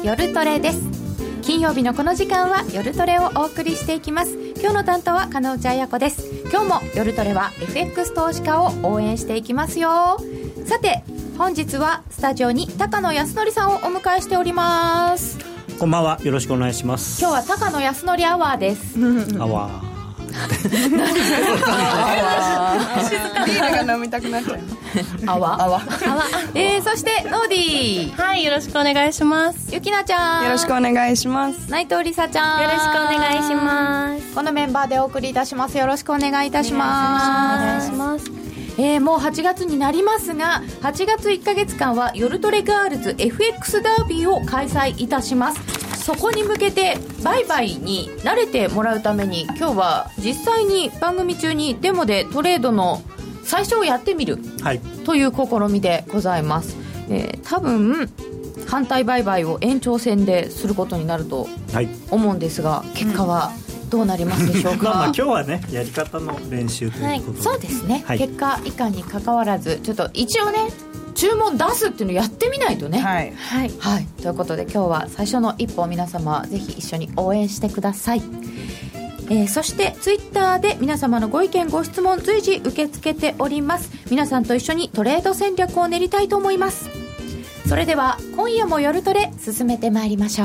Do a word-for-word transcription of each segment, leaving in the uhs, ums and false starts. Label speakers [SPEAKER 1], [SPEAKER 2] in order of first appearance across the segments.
[SPEAKER 1] 夜トレです。金曜日のこの時間は夜トレをお送りしていきます。今日の担当は金内彩子です。今日も夜トレは エフエックス 投資家を応援していきますよ。さて本日はスタジオに高野康則さんをお迎えしております。
[SPEAKER 2] こんばんは、よろしくお願いします。
[SPEAKER 1] 今日は高野康則アワーです。
[SPEAKER 2] アワー
[SPEAKER 3] 静かにビールが飲みたくなっちゃう。
[SPEAKER 1] アワーアワー、えー、そしてノーディー、
[SPEAKER 4] はい、よろしくお願いします。
[SPEAKER 1] ゆきなちゃん、
[SPEAKER 3] よろしくお願いします。
[SPEAKER 1] 内藤りさちゃん、
[SPEAKER 4] よろしくお願いします。
[SPEAKER 1] このメンバーでお送りいたします。よろしくお願いいたします。
[SPEAKER 4] お願いします。
[SPEAKER 1] えー、もうはちがつになりますが、はちがついっかげつかんは夜トレガールズ エフエックス ダービーを開催いたします。そこに向けて売買に慣れてもらうために、今日は実際に番組中にデモでトレードの最初をやってみる、はい、という試みでございます。えー、多分反対売買を延長戦ですることになると思うんですが、はい、結果はどうなりますでしょうか。
[SPEAKER 2] まあまあ今日はね、やり方の練習ということで、
[SPEAKER 1] はい、そうですね、はい、結果以下に関わらずちょっと一応ね注文出すっていうのをやってみないとね、
[SPEAKER 3] はい
[SPEAKER 1] はいはい、ということで今日は最初の一歩を皆様ぜひ一緒に応援してください。えー、そしてツイッターで皆様のご意見ご質問随時受け付けております。皆さんと一緒にトレード戦略を練りたいと思います。それでは今夜も夜トレ進めてまいりましょう。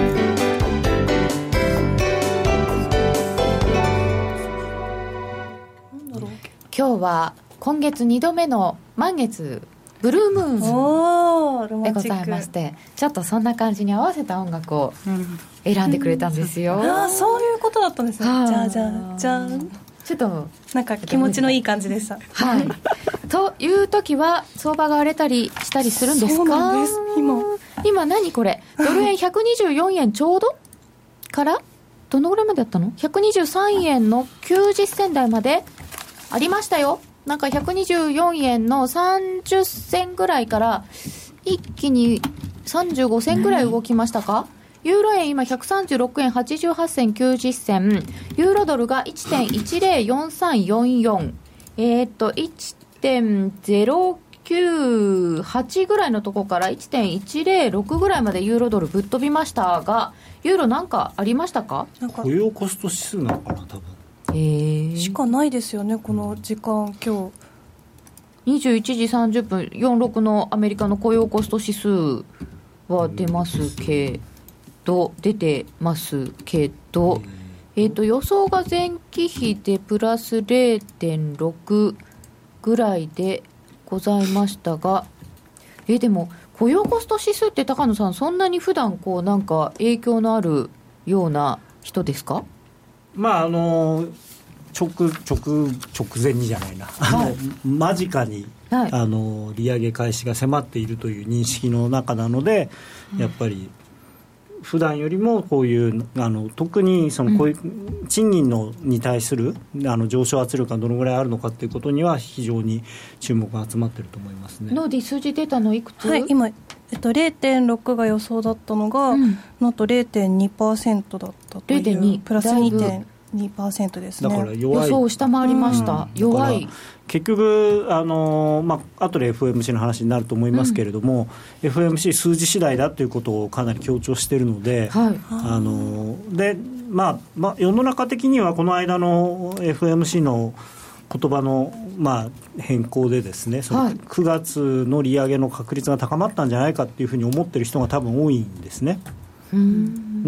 [SPEAKER 1] 今日は今月にどめの満月ブルームーンでございまして、ちょっとそんな感じに合わせた音楽を選んでくれたんですよ。
[SPEAKER 4] うん、あ、そういうことだったんですね。じゃあじゃあじゃあ
[SPEAKER 1] ちょっと
[SPEAKER 4] なんか気持ちのいい感じでした。
[SPEAKER 1] はい。という時は相場が荒れたりしたりするんですか？
[SPEAKER 4] そうなんです。今
[SPEAKER 1] 今何これ、ドル円ひゃくにじゅうよんえんちょうどからどのぐらいまでだったの？ひゃくにじゅうさんえんのきゅうじゅっせん台までありましたよ。なんかひゃくにじゅうよんえんのさんじゅっせんぐらいから一気にさんじゅうごせんぐらい動きましたか？ユーロ円今ひゃくさんじゅうろくえんはちじゅうはっせんきゅうじゅっせん、ユーロドルが いってんいちゼロよんさんよんよん、えー、っと いってんゼロきゅうはち ぐらいのとこから いってんいちゼロろく ぐらいまでユーロドルぶっ飛びましたが、ユーロなんかありましたか？
[SPEAKER 4] なんか
[SPEAKER 2] 雇用コスト指数なのかな、多分。
[SPEAKER 1] えー、
[SPEAKER 4] しかないですよねこの時間。今
[SPEAKER 1] 日にじゅういちじさんじゅっぷんよんじゅうろくのアメリカの雇用コスト指数は出ますけど、出てますけど、えーと予想が前期比でプラス ゼロてんろく ぐらいでございましたが、えーでも雇用コスト指数って高野さん、そんなに普段こうなんか影響のあるような人ですか？
[SPEAKER 2] まああの直直直前にじゃないな、はい、あの間近に、はい、あの利上げ開始が迫っているという認識の中なので、うん、やっぱり普段よりもこういうあの特にそのこういう賃金のに対するあの上昇圧力がどのぐらいあるのかということには非常に注目が集まっていると思いますね。
[SPEAKER 1] ノーディ数字出たのいくつ？
[SPEAKER 4] はい、今、えっと、ゼロてんろく が予想だったのが、うん、なんと ゼロてんにパーセント だったという
[SPEAKER 1] ゼロてんに
[SPEAKER 4] プラス にてんにパーセント ですね。
[SPEAKER 2] だから弱い、
[SPEAKER 1] 予想を下回りました、うん、弱い。
[SPEAKER 2] 結局あの、まあ後で エフオーエムシー の話になると思いますけれども、うん、エフオーエムシー 数字次第だということをかなり強調しているので、はい、あので、まあまあ、世の中的にはこの間の エフオーエムシー の言葉の、まあ、変更でですね、そのくがつの利上げの確率が高まったんじゃないかっていうふうに思っている人が多分多いんですね。うん、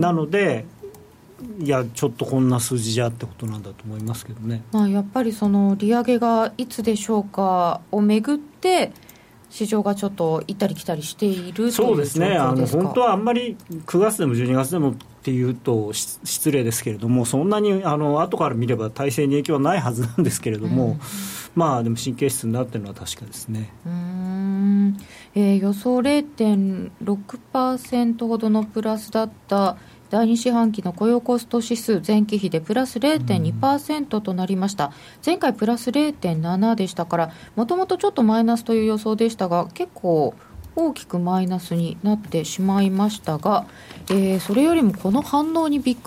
[SPEAKER 2] なのでいやちょっとこんな数字じゃってことなんだと思いますけどね。
[SPEAKER 1] まあ、やっぱりその利上げがいつでしょうかをめぐって市場がちょっと行ったり来たりしているという状況ですか？
[SPEAKER 2] そうですね、あの本当はあんまりくがつでもじゅうにがつでもっていうと失礼ですけれども、そんなにあの後から見れば体制に影響はないはずなんですけれども、うん、まあでも神経質になっているのは確かですね。
[SPEAKER 1] うーん、えー、予想 ゼロてんろくパーセント ほどのプラスだっただいに四半期の雇用コスト指数前期比でプラス ゼロてんにパーセント となりました。前回プラス ゼロてんなな でしたから、もともとちょっとマイナスという予想でしたが、結構大きくマイナスになってしまいましたが、えー、それよりもこの反応にびっくり。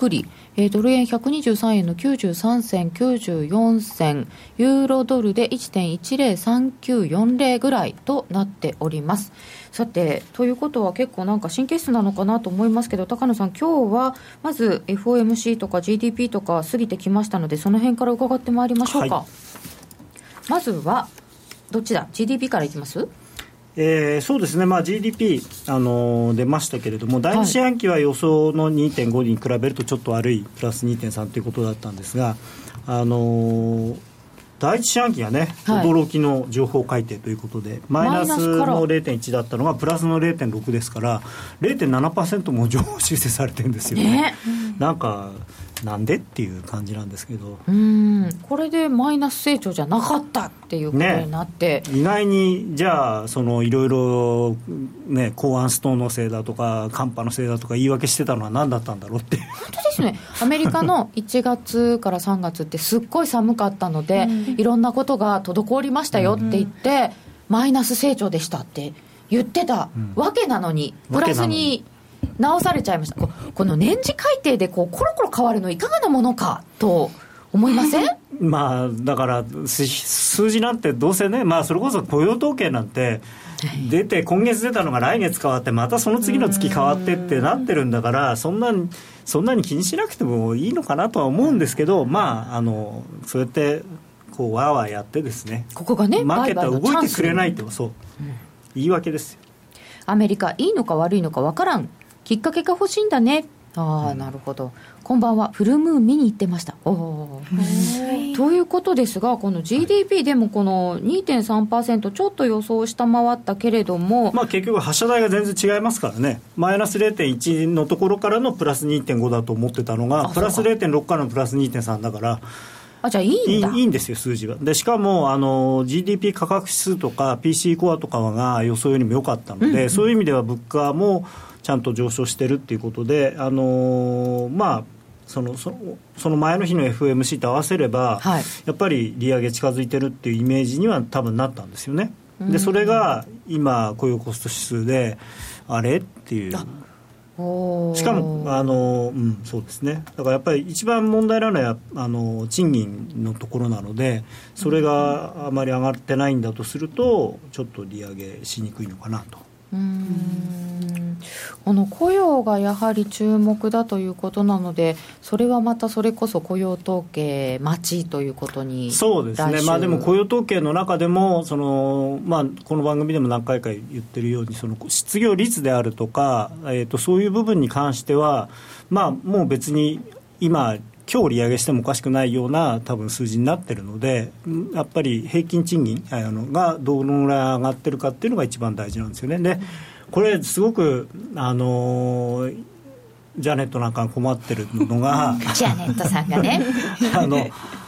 [SPEAKER 1] えー、ドル円ひゃくにじゅうさんえんのきゅうじゅうさんせんきゅうじゅうよんせん、ユーロドルで いちてんいちゼロさんきゅうよんゼロ ぐらいとなっております。さて、ということは結構なんか神経質なのかなと思いますけど、高野さん、今日はまず エフオーエムシー とか ジーディーピー とか過ぎてきましたので、その辺から伺ってまいりましょうか。はい、まずはどっちだ ジーディーピー からいきます。
[SPEAKER 2] えー、そうですね、まあ、ジーディーピー、あのー、出ましたけれども、第二四半期は予想の にてんご に比べるとちょっと悪いプラス にてんさん ということだったんですが、あのー、第一四半期がね、はい、驚きの情報改定ということで、マイナスの れいてんいち だったのがプラスの れいてんろく ですから れいてんななパーセント も情報修正されてるんですよね、ね、なんかなんでっていう感じなんですけど、
[SPEAKER 1] うーん、これでマイナス成長じゃなかったっていうことになって、
[SPEAKER 2] ね、意外にじゃあそのいろいろね、港湾ストーンのせいだとか寒波のせいだとか言い訳してたのは何だったんだろうっていう。
[SPEAKER 1] 本当ですね。アメリカのいちがつからさんがつってすっごい寒かったので、うん、いろんなことが滞りましたよって言って、うん、マイナス成長でしたって言ってたわけなのに、うん、プラスに直されちゃいました。 こ, この年次改定でこうコロコロ変わるのいかがなものかと思いません？
[SPEAKER 2] まあ、だから数字なんてどうせね、まあ、それこそ雇用統計なんて出て、今月出たのが来月変わってまたその次の月変わってってなってるんだから、そんなにそんなに気にしなくてもいいのかなとは思うんですけど、まあ、あのそうやってこうわーわーやってですね、
[SPEAKER 1] ここがね、
[SPEAKER 2] マーケットは動いてくれないって、そう、うん、言い訳ですよ。
[SPEAKER 1] アメリカいいのか悪いのか分からん、きっかけが欲しいんだね。ああ、うん、なるほど。こんばんは、フルムーン見に行ってました。おー、ということですが、この ジーディーピー でもこの にてんさんパーセント ちょっと予想を下回ったけれども、
[SPEAKER 2] まあ、結局発射台が全然違いますからね。マイナス れいてんいち のところからのプラス にてんご だと思ってたのがプラス れいてんろく からのプラス にてんさん だから、
[SPEAKER 1] あ、じゃあいいんだ。
[SPEAKER 2] いい、いいんですよ、数字は。でしかもあの ジーディーピー 価格指数とか ピーシー コアとかが予想よりも良かったので、うんうん、そういう意味では物価もちゃんと上昇してるっていうことで、あのー、まあその, そ, のその前の日の エフオーエムシー と合わせれば、はい、やっぱり利上げ近づいてるっていうイメージには多分なったんですよね。でそれが今雇用コスト指数であれっていう、しかもあの、うん、そうですね。だからやっぱり一番問題なのはあの賃金のところなので、それがあまり上がってないんだとするとちょっと利上げしにくいのかなと。
[SPEAKER 1] うーん、この雇用がやはり注目だということなので、それはまたそれこそ雇用統計待ちということに。
[SPEAKER 2] そうですね、まあ、でも雇用統計の中でもその、まあ、この番組でも何回か言ってるように、その失業率であるとか、えーと、そういう部分に関しては、まあ、もう別に今今日利上げしてもおかしくないような多分数字になってるので、やっぱり平均賃金あのがどのぐらい上がってるかっていうのが一番大事なんですよね。でこれすごくあのジャネットなんかが困ってるのが
[SPEAKER 1] ジャネットさんがね
[SPEAKER 2] あの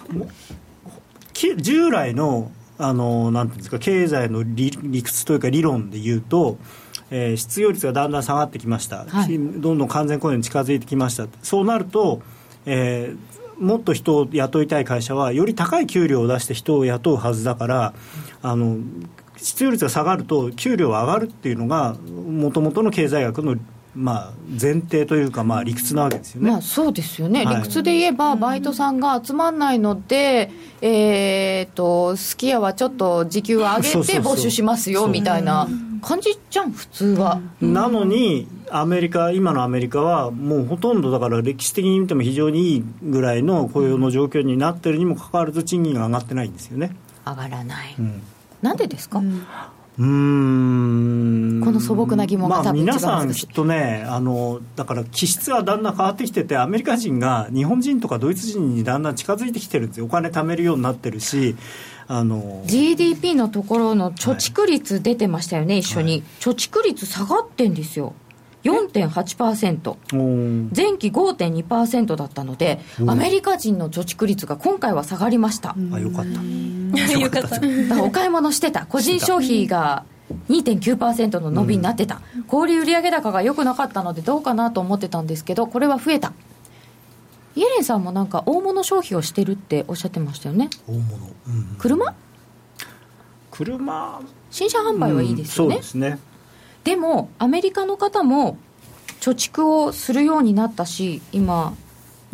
[SPEAKER 2] 従来のあのなんていうんですか、経済の 理, 理屈というか理論でいうと、えー、失業率がだんだん下がってきました、はい、どんどん完全雇用に近づいてきました。そうなるとえー、もっと人を雇いたい会社はより高い給料を出して人を雇うはずだから、あの失業率が下がると給料が上がるっていうのがもともとの経済学の、まあ、前提というか、まあ、理屈なわけですよね。
[SPEAKER 1] まあ、そうですよね、はい、理屈で言えばバイトさんが集まらないので、えー、とすき家はちょっと時給を上げて募集しますよみたいな感じじゃん普通は。
[SPEAKER 2] なのにアメリカ、今のアメリカはもうほとんどだから歴史的に見ても非常にいいぐらいの雇用の状況になってるにもかかわらず賃金が上がってないんですよね。
[SPEAKER 1] 上がらない、うん、なんでですか？うん
[SPEAKER 2] うーん
[SPEAKER 1] この素朴な疑問が多分一番難しい、
[SPEAKER 2] まあ、皆さんきっとね、あのだから気質がだんだん変わってきてて、アメリカ人が日本人とかドイツ人にだんだん近づいてきてるんですよ。お金貯めるようになってるし、あの
[SPEAKER 1] ジーディーピー のところの貯蓄率出てましたよね、はい、一緒に、はい、貯蓄率下がってんですよ。 よんてんはちパーセント、 前期 ごてんにパーセント だったので、アメリカ人の貯蓄率が今回は下がりました。
[SPEAKER 2] あ、よかった
[SPEAKER 1] よかっただからお買い物してた個人消費が にてんきゅうパーセント の伸びになってた、うん、小売売上高が良くなかったのでどうかなと思ってたんですけど、これは増えた。イエレンさんもなんか大物消費をしてるっておっしゃってましたよね。
[SPEAKER 2] 大物、うん、
[SPEAKER 1] 車
[SPEAKER 2] 車
[SPEAKER 1] 新車販売はいいですよね、
[SPEAKER 2] うん、そうですね。
[SPEAKER 1] でもアメリカの方も貯蓄をするようになったし、今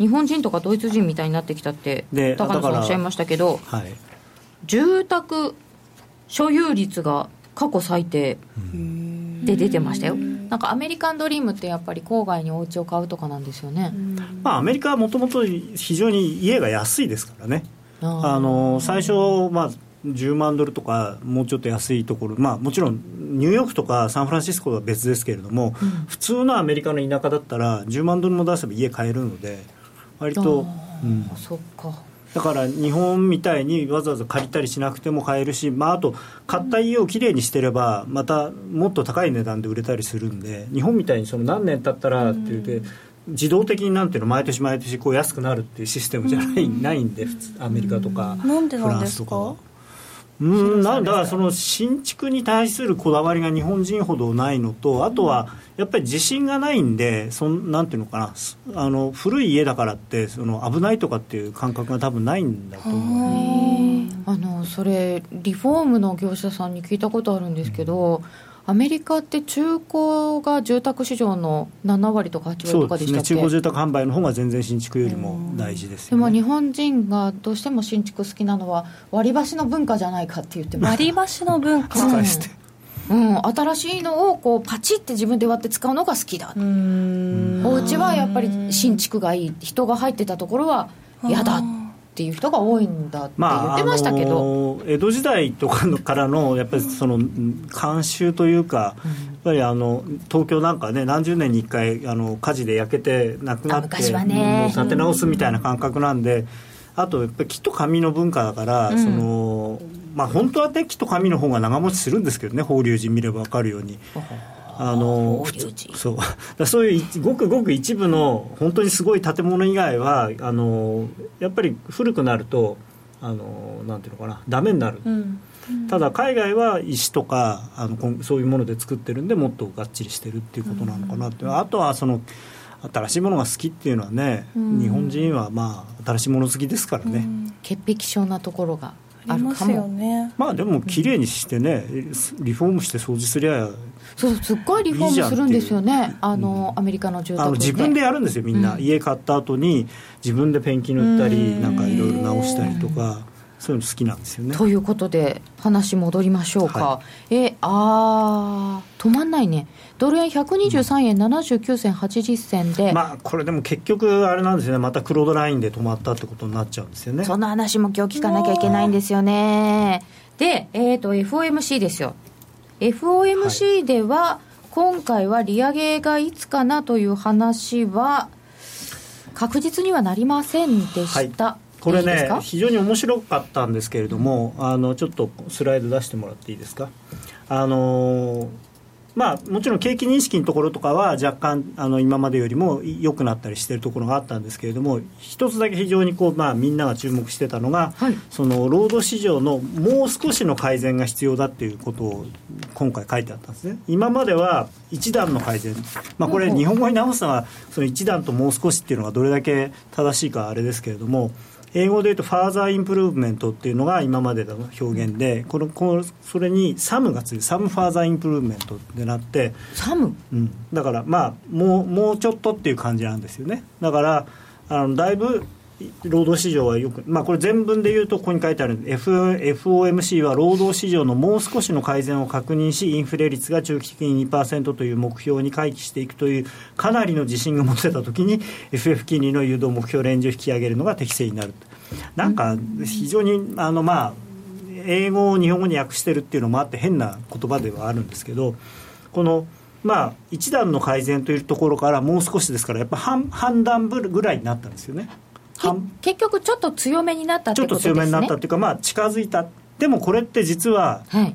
[SPEAKER 1] 日本人とかドイツ人みたいになってきたって高野さんおっしゃいましたけど、
[SPEAKER 2] はい、
[SPEAKER 1] 住宅所有率が過去最低で出てましたよ。なんかアメリカンドリームってやっぱり郊外にお家を買うとかなんですよね。
[SPEAKER 2] まあ、アメリカはもともと非常に家が安いですからね。あの最初、まあ、じゅうまんドルとかもうちょっと安いところ、まあ、もちろんニューヨークとかサンフランシスコは別ですけれども、うん、普通のアメリカの田舎だったらじゅうまんドルも出せば家買えるので割と、うん、
[SPEAKER 1] そっか。
[SPEAKER 2] だから日本みたいにわざわざ借りたりしなくても買えるし、まあ、あと買った家をきれいにしてればまたもっと高い値段で売れたりするんで、日本みたいにその何年経ったらって言って、うん、自動的になんていうの毎年毎年こう安くなるっていうシステムじゃない、うん、ないんで普通アメリカとかフランスとかは。うんなんだからその新築に対するこだわりが日本人ほどないのと、あとはやっぱり自信がないんで、そんなんていうのかな、あの古い家だからってその危ないとかっていう感覚が多分ないんだと思う。
[SPEAKER 1] あのそれリフォームの業者さんに聞いたことあるんですけど、うんアメリカって中古が住宅市場のななわりとかはちわりとかでしたっけ。
[SPEAKER 2] そうですね、中古住宅販売の方が全然新築よりも大事ですよね。
[SPEAKER 1] でも日本人がどうしても新築好きなのは割り箸の文化じゃないかって言ってます。
[SPEAKER 4] 割り箸の文化、
[SPEAKER 2] 使い捨て、
[SPEAKER 1] うん、新しいのをこうパチって自分で割って使うのが好きだ。うーんお家はやっぱり新築がいい、人が入ってたところは嫌だっていう人が多いんだって言ってましたけど、まあ、あの
[SPEAKER 2] 江戸時代とかのからのやっぱりその慣習というか、うん、やっぱりあの東京なんかね何十年にいっかいあの火事で焼けてなくなって
[SPEAKER 1] 昔はね、
[SPEAKER 2] もう建て直すみたいな感覚なんで、うん、あとやっぱり木と紙の文化だから、うん、そのまあ、本当はね木と紙の方が長持ちするんですけどね、法隆寺見れば分かるように。あのそうだそういうごくごく一部の本当にすごい建物以外はあのやっぱり古くなるとあのなんていうのかなダメになる、うんうん、ただ海外は石とかあのそういうもので作ってるんでもっとがっちりしてるっていうことなのかなって、うん、あとはその新しいものが好きっていうのはね、うん、日本人はまあ新しいもの好きですからね、うん、
[SPEAKER 1] 潔癖症なところがあ
[SPEAKER 4] り
[SPEAKER 1] るかも。
[SPEAKER 4] ますよね。
[SPEAKER 2] まあでもきれいにしてね、リフォームして掃除すりゃ
[SPEAKER 1] そうすっごいリフォームするんですよね。あの、うん、アメリカの住宅
[SPEAKER 2] あの自分でやるんですよみんな、うん、家買った後に自分でペンキ塗ったりなんかいろいろ直したりとかそういうの好きなんですよね。
[SPEAKER 1] ということで話戻りましょうか、はい、えあー止まんないね。ドル円ひゃくにじゅうさんえんななじゅうきゅうせんはちじゅっせんで、
[SPEAKER 2] まあこれでも結局あれなんですよね、またクロードラインで止まったってことになっちゃうんですよね。
[SPEAKER 1] その話も今日聞かなきゃいけないんですよね。で、えーと エフオーエムシー ですよ。 エフオーエムシー では、はい、今回は利上げがいつかなという話は確実にはなりませんでした、はい、
[SPEAKER 2] これねいい非常に面白かったんですけれども、あのちょっとスライド出してもらっていいですか。あのまあ、もちろん景気認識のところとかは若干あの今までよりも良くなったりしているところがあったんですけれども、一つだけ非常にこう、まあ、みんなが注目してたのが、はい、その労働市場のもう少しの改善が必要だっていうことを今回書いてあったんですね。今までは一段の改善、まあ、これ日本語に直すのはその一段ともう少しっていうのがどれだけ正しいかあれですけれども、英語で言うとファーザーインプルーブメントっていうのが今までの表現で、このこのそれにサムがついてサムファーザーインプルーブメントってなって、
[SPEAKER 1] サム、
[SPEAKER 2] うん、だからまあもう、もうちょっとっていう感じなんですよね。だからあのだいぶ労働市場はよく、まあ、これ全文で言うとここに書いてある F エフオーエムシー は労働市場のもう少しの改善を確認し、インフレ率が中期的に にパーセント という目標に回帰していくというかなりの自信が持てたときに エフエフ 金利の誘導目標レンジを引き上げるのが適正になる。なんか非常にあの、まあ、英語を日本語に訳してるっていうのもあって変な言葉ではあるんですけど、このまあ一段の改善というところからもう少しですからやっぱ 半, 半段ぐらいになったんですよね。
[SPEAKER 1] 結局ちょっと強めになったってことですね。
[SPEAKER 2] ちょっと強めになったっていうか、まあ、近づいた。でもこれって実は、はい、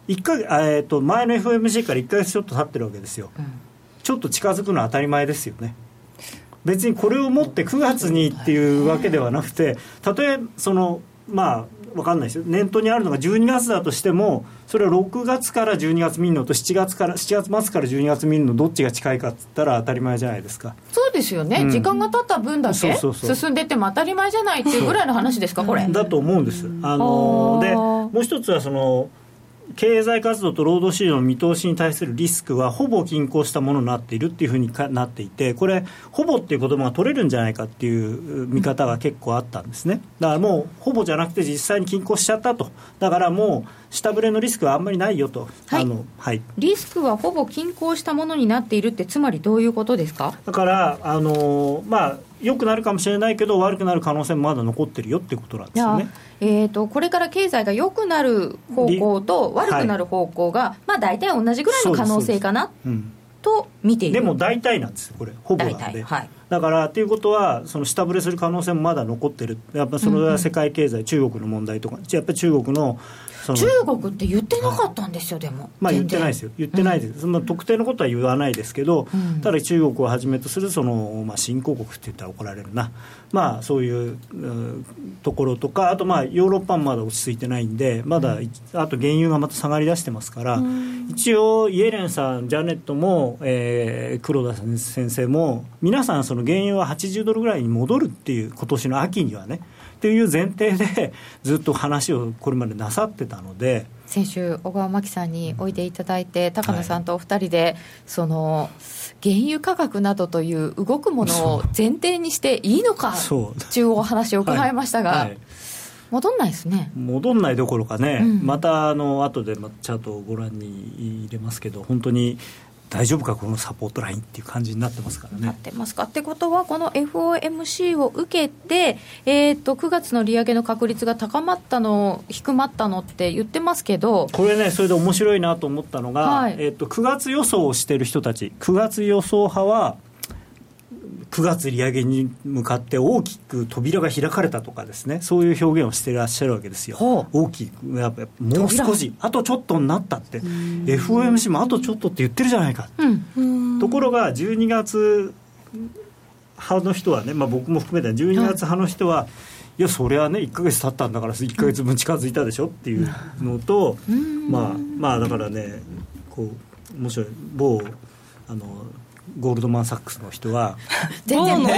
[SPEAKER 2] いっかげつ、えー、と前の エフオーエムシー からいっかげつちょっと経ってるわけですよ、うん、ちょっと近づくのは当たり前ですよね。別にこれをもってくがつにっていうわけではなくて、たとえそのまあ分かんないですよ、念頭にあるのがじゅうにがつだとしても、それをろくがつからじゅうにがつ見るのとしちがつからしちがつ末からじゅうにがつ見るのどっちが近いかって言ったら当たり前じゃないですか。
[SPEAKER 1] そうですよね、うん、時間が経った分だけ進んでっても当たり前じゃないっていうぐらいの話ですかこれ。
[SPEAKER 2] だと思うんです。あのでもう一つはその経済活動と労働市場の見通しに対するリスクはほぼ均衡したものになっているっていうふうになっていて、これほぼっていう言葉が取れるんじゃないかっていう見方が結構あったんですね。だからもうほぼじゃなくて実際に均衡しちゃったと。だからもう下振れのリスクはあんまりないよと、
[SPEAKER 1] はい、
[SPEAKER 2] あのはい、
[SPEAKER 1] リスクはほぼ均衡したものになっているって、つまりどういうことですか？
[SPEAKER 2] だからあのまあ良くなるかもしれないけど悪くなる可能性もまだ残ってるよっていうことなんですよね。
[SPEAKER 1] えー、とこれから経済が良くなる方向と悪くなる方向が、はい、まあ、大体同じぐらいの可能性かな、うん、と見ている。
[SPEAKER 2] でも大体なんですよこれ、ほぼなんで、
[SPEAKER 1] はい、
[SPEAKER 2] だからということはその下振れする可能性もまだ残ってる。やっぱそれは世界経済、うんうん、中国の問題とか、やっぱり中国の
[SPEAKER 1] 中国って言ってなかったんですよ。でも
[SPEAKER 2] まあ言ってないですよ、言ってないです、うん、その特定のことは言わないですけど、うん、ただ中国をはじめとするその、まあ、新興国って言ったら怒られるな、まあそういう、うん、ところとか、あとまあヨーロッパもまだ落ち着いてないんで、まだ、うん、あと原油がまた下がりだしてますから、うん、一応イエレンさん、ジャネットも、えー、黒田先生も皆さんその原油ははちじゅうドルぐらいに戻るっていう、今年の秋にはねという前提でずっと話をこれまでなさってたので、
[SPEAKER 1] 先週小川真紀さんにおいでいただいて、高野さんとお二人で、はい、その原油価格などという動くものを前提にしていいのかというお話を伺いましたが、はいはい、戻んないですね。
[SPEAKER 2] 戻んないどころかね、うん、またあの後でチャートをご覧に入れますけど、本当に大丈夫かこのサポートラインっていう感じになってますからね。
[SPEAKER 1] なってますか。ってことはこの エフオーエムシー を受けて、えー、とくがつの利上げの確率が高まったの低まったのって言ってますけど、
[SPEAKER 2] これねそれで面白いなと思ったのが、はい、えー、とくがつ予想をしている人たち、くがつ予想派はくがつ利上げに向かって大きく扉が開かれたとかですね、そういう表現をしていらっしゃるわけですよ。大きくやっぱもう少しあとちょっとになったって エフオーエムシー もあとちょっとって言ってるじゃないか、うん、ところがじゅうにがつ派の人はね、まあ、僕も含めてじゅうにがつ派の人は、はい、いやそれはねいっかげつ経ったんだからいっかげつぶん近づいたでしょっていうのと、うん、まあまあだからねこう面白い某あのゴールドマンサックスの人は
[SPEAKER 1] 全然ゴール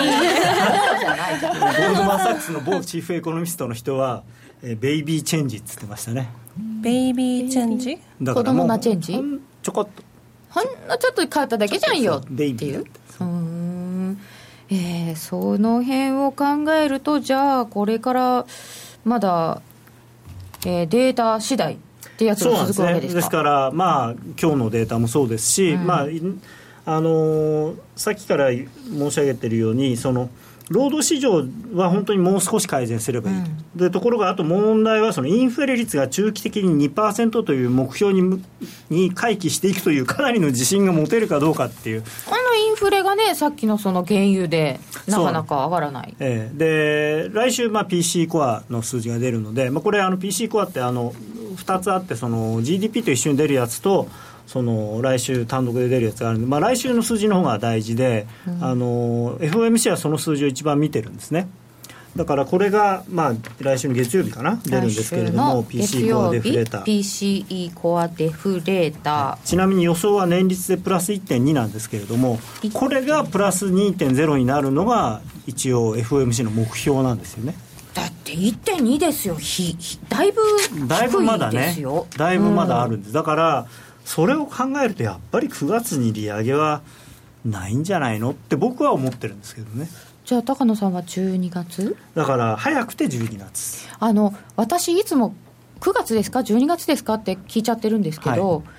[SPEAKER 2] ドマンサックスの某チーフエコノミストの人は、えー、ベイビーチェンジって言ってましたね。
[SPEAKER 4] ベイビーチェンジ、
[SPEAKER 2] だからもう
[SPEAKER 1] 子供なチェンジ、
[SPEAKER 2] ちょこっと
[SPEAKER 1] ほんのちょっと変わっただけじゃんよって
[SPEAKER 2] ベイビー
[SPEAKER 1] いう、うーん、えー、その辺を考えると、じゃあこれからまだ、えー、データ次第ってやつが続くわけですか。そうなんですね。
[SPEAKER 2] ですからまあ今日のデータもそうですし、うん、まああのー、さっきから申し上げているようにその労働市場は本当にもう少し改善すればいいと、うん、でところがあと問題はそのインフレ率が中期的に にパーセント という目標にに回帰していくというかなりの自信が持てるかどうかっていう、
[SPEAKER 1] このインフレがねさっきのその原油でなかなか上がらない、
[SPEAKER 2] ええ、で来週、まあ、ピーシー コアの数字が出るので、まあ、これあの ピーシー コアってあのふたつあって、その ジーディーピー と一緒に出るやつとその来週単独で出るやつがあるんで、まあ、来週の数字の方が大事で、うん、あの エフオーエムシー はその数字を一番見てるんですね。だからこれが、まあ、来週の月曜日かな出るんですけれども、 ピーシー コアデフレーター
[SPEAKER 1] ピーシーイー コアデフレーター、はい、
[SPEAKER 2] ちなみに予想は年率でプラス いってんに なんですけれども、これがプラス にてんゼロ になるのが一応 エフオーエムシー の目標なんですよね。
[SPEAKER 1] だって いってんに ですよ。ひだいぶ低いですよ。
[SPEAKER 2] だいぶまだね、だいぶまだあるんです、うん、だからそれを考えるとやっぱりくがつに利上げはないんじゃないのって僕は思ってるんですけどね。
[SPEAKER 1] じゃあ高野さんはじゅうにがつ
[SPEAKER 2] だから早くてじゅうにがつ、
[SPEAKER 1] あの私いつもくがつですかじゅうにがつですかって聞いちゃってるんですけど、はい、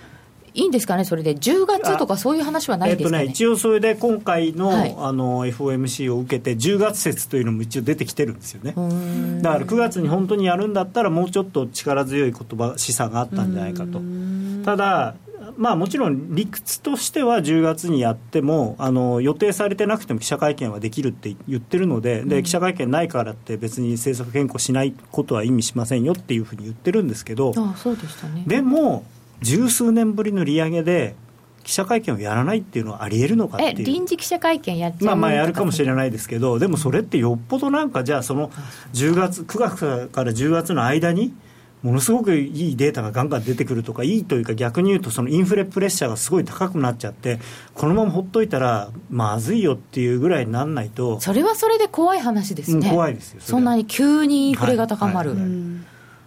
[SPEAKER 1] いいんですかね、それでじゅうがつとかそういう話はないんですかね。
[SPEAKER 2] えっとね、一応それで今回 の,、はい、あの エフオーエムシー を受けてじゅうがつ説というのも一応出てきてるんですよね。だからくがつに本当にやるんだったらもうちょっと力強い言葉示唆があったんじゃないかと。ただまあ、もちろん理屈としてはじゅうがつにやってもあの予定されてなくても記者会見はできるって言ってるの で, で記者会見ないからって別に政策変更しないことは意味しませんよっていうふうに言ってるんですけど、
[SPEAKER 1] ああそうでしたね。
[SPEAKER 2] でも十数年ぶりの利上げで記者会見をやらないっていうのはありえるのかっていう。
[SPEAKER 1] え臨時記者会見やっちゃう、
[SPEAKER 2] まあ、まあやるかもしれないですけど、でもそれってよっぽどなんかじゃあそのじゅうがつくがつからじゅうがつの間にものすごくいいデータがガンガン出てくるとか、いいというか逆に言うとそのインフレプレッシャーがすごい高くなっちゃってこのままほっといたらまずいよっていうぐらいにならないと、
[SPEAKER 1] それはそれで怖い話ですね。
[SPEAKER 2] 怖いですよ。
[SPEAKER 1] そんなに急にインフレが高まる、はいはいはい、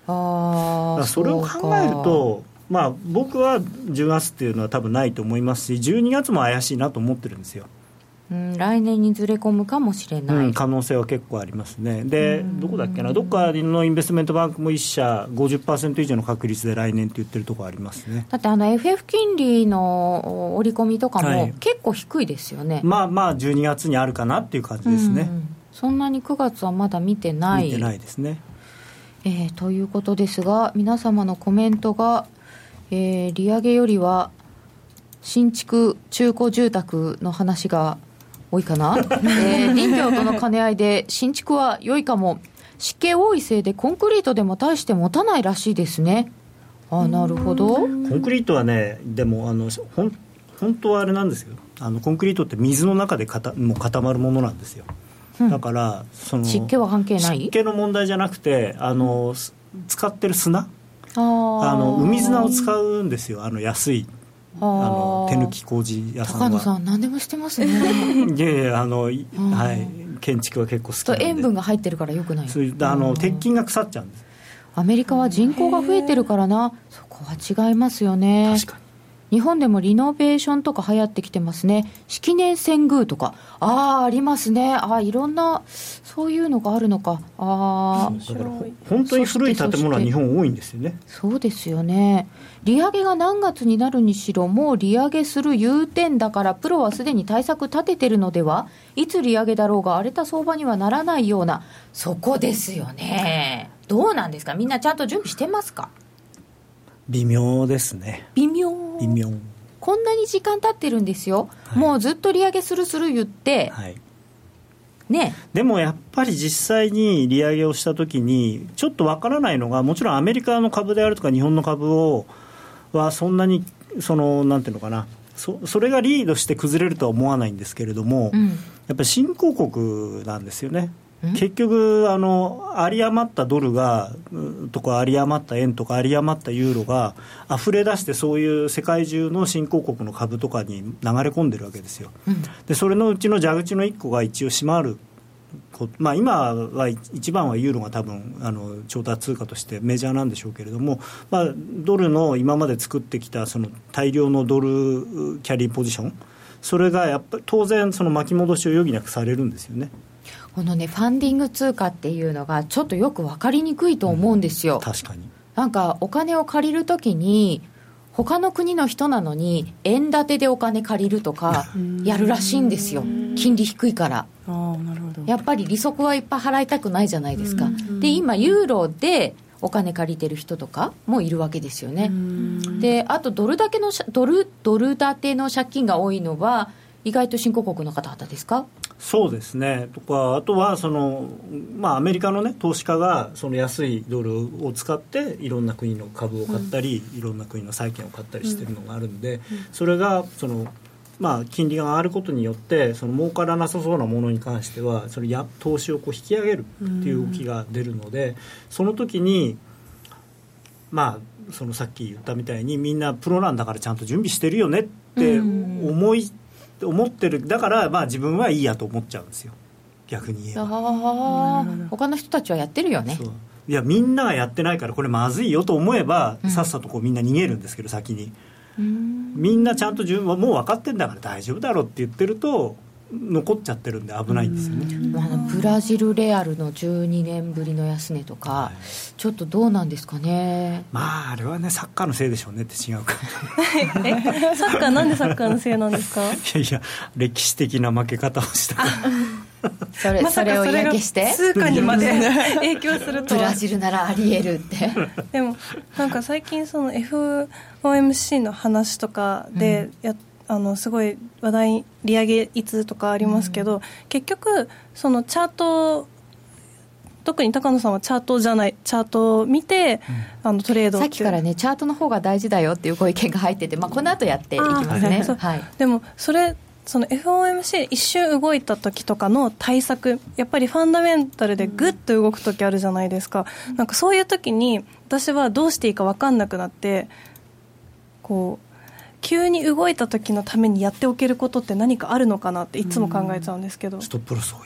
[SPEAKER 1] あ
[SPEAKER 2] それを考えると、まあ、僕はじゅうがつっていうのは多分ないと思いますし、じゅうにがつも怪しいなと思ってるんですよ。
[SPEAKER 1] うん、来年にずれ込むかもしれない、
[SPEAKER 2] うん、可能性は結構ありますね。で、どこだっけな、どっかのインベストメントバンクもいっ社 ごじゅっパーセント 以上の確率で来年って言ってるところありますね。
[SPEAKER 1] だってあの エフエフ 金利の織り込みとかも結構低いですよね、はい、
[SPEAKER 2] まあまあじゅうにがつにあるかなっていう感じですね、うん、
[SPEAKER 1] そんなにくがつはまだ見てない
[SPEAKER 2] 見てないですね、
[SPEAKER 1] えー、ということですが、皆様のコメントが、えー、利上げよりは新築中古住宅の話が多いかな、えー、林業との兼ね合いで新築は良いかも、湿気多いせいでコンクリートでも大して持たないらしいですね。あ、なるほど。コ
[SPEAKER 2] ンクリートはね、でもあのほん本当はあれなんですよ、あのコンクリートって水の中でかたもう固まるものなんですよ、うん、だからその
[SPEAKER 1] 湿気は関係ない、
[SPEAKER 2] 湿気の問題じゃなくて、あの、うん、使ってる砂、あの海砂を使うんですよ、あの安いあの手抜き工事屋さんは。
[SPEAKER 1] 高野さん何でもしてますね
[SPEAKER 2] いやいや、あの、はい、建築は結構好きなんで。
[SPEAKER 1] 塩分が入ってるからよくない。
[SPEAKER 2] そういうあの鉄筋が腐っちゃうんです。
[SPEAKER 1] アメリカは人口が増えてるからな、そこは違いますよね。
[SPEAKER 2] 確かに。
[SPEAKER 1] 日本でもリノベーションとか流行ってきてますね。式年遷宮とか、ああありますね。ああ、いろんなそういうのがあるのか。ああ、
[SPEAKER 2] だから本当に古い建物は日本多いんですよね。
[SPEAKER 1] そうですよね。利上げが何月になるにしろ、もう利上げする融点だから、プロはすでに対策立ててるのでは。いつ利上げだろうが荒れた相場にはならないような、そこですよね。どうなんですか、みんなちゃんと準備してますか。
[SPEAKER 2] 微妙ですね。
[SPEAKER 1] 微妙
[SPEAKER 2] 微妙。
[SPEAKER 1] こんなに時間経ってるんですよ、はい、もうずっと利上げするする言って、はい、ね。
[SPEAKER 2] でもやっぱり実際に利上げをしたときにちょっとわからないのが、もちろんアメリカの株であるとか日本の株をはそんなにそのなんていうのかな、 そ, それがリードして崩れるとは思わないんですけれども、うん、やっぱり新興国なんですよね。結局あの有り余ったドルがとか有り余った円とか有り余ったユーロが溢れ出して、そういう世界中の新興国の株とかに流れ込んでるわけですよ、うん、でそれのうちの蛇口のいっこが一応締まる、まあ、今は一番はユーロが多分あの調達通貨としてメジャーなんでしょうけれども、まあ、ドルの今まで作ってきたその大量のドルキャリーポジション、それがやっぱり当然その巻き戻しを余儀なくされるんですよね。
[SPEAKER 1] このね、ファンディング通貨っていうのがちょっとよく分かりにくいと思うんですよ、
[SPEAKER 2] うん、確かに。
[SPEAKER 1] なんかお金を借りるときに他の国の人なのに円建てでお金借りるとかやるらしいんですよ、金利低いから。
[SPEAKER 3] あ、なるほど。
[SPEAKER 1] やっぱり利息はいっぱい払いたくないじゃないですか。で今ユーロでお金借りてる人とかもいるわけですよね。であとドルだけのドルドル建ての借金が多いのは意外と新興国の方々ですか。
[SPEAKER 2] そうですね。とかあとはその、まあ、アメリカの、ね、投資家がその安いドルを使っていろんな国の株を買ったり、うん、いろんな国の債券を買ったりしてるのがあるんで、うん、それがその、まあ、金利が上がることによってその儲からなさそうなものに関してはそれや投資をこう引き上げるっていう動きが出るので、うん、その時に、まあ、そのさっき言ったみたいにみんなプロなんだからちゃんと準備してるよねって思い、うん思ってる。だからまあ自分はいいやと思っちゃうんですよ、逆に言えば。
[SPEAKER 1] あ、他の人たちはやってるよね。
[SPEAKER 2] そう、いやみんながやってないからこれまずいよと思えば、うん、さっさとこうみんな逃げるんですけど、先にうんみんなちゃんと自分はもう分かってんだから大丈夫だろうって言ってると残っちゃってるんで危ないんですよね。
[SPEAKER 1] あのブラジルレアルのじゅうにねんぶりの安値とか、はい、ちょっとどうなんですかね。
[SPEAKER 2] まああれはねサッカーのせいでしょうねって。違うか
[SPEAKER 4] えサッカーなんでサッカーのせいなんですか。い
[SPEAKER 2] やいや歴史的な負け方をしたから
[SPEAKER 1] それ、まさかそれを嫌気して
[SPEAKER 4] 通貨にまで影響すると
[SPEAKER 1] ブラジルならありえるって
[SPEAKER 4] でもなんか最近その エフオーエムシー の話とかでやっ、うんあのすごい話題利上げいつとかありますけど、うん、結局そのチャート、特に高野さんはチャートじゃないチャートを見て、うん、あのトレードって
[SPEAKER 1] さっきからねチャートの方が大事だよっていうご意見が入ってて、まあ、この後やっていきますね、はい、
[SPEAKER 4] でもそれその エフオーエムシー 一瞬動いた時とかの対策、やっぱりファンダメンタルでグッと動く時あるじゃないですか、うん、なんかそういう時に私はどうしていいか分かんなくなって、こう急に動いた時のためにやっておけることって何かあるのかなっていつも考えちゃうんですけど。
[SPEAKER 2] ストップロスを置いておく。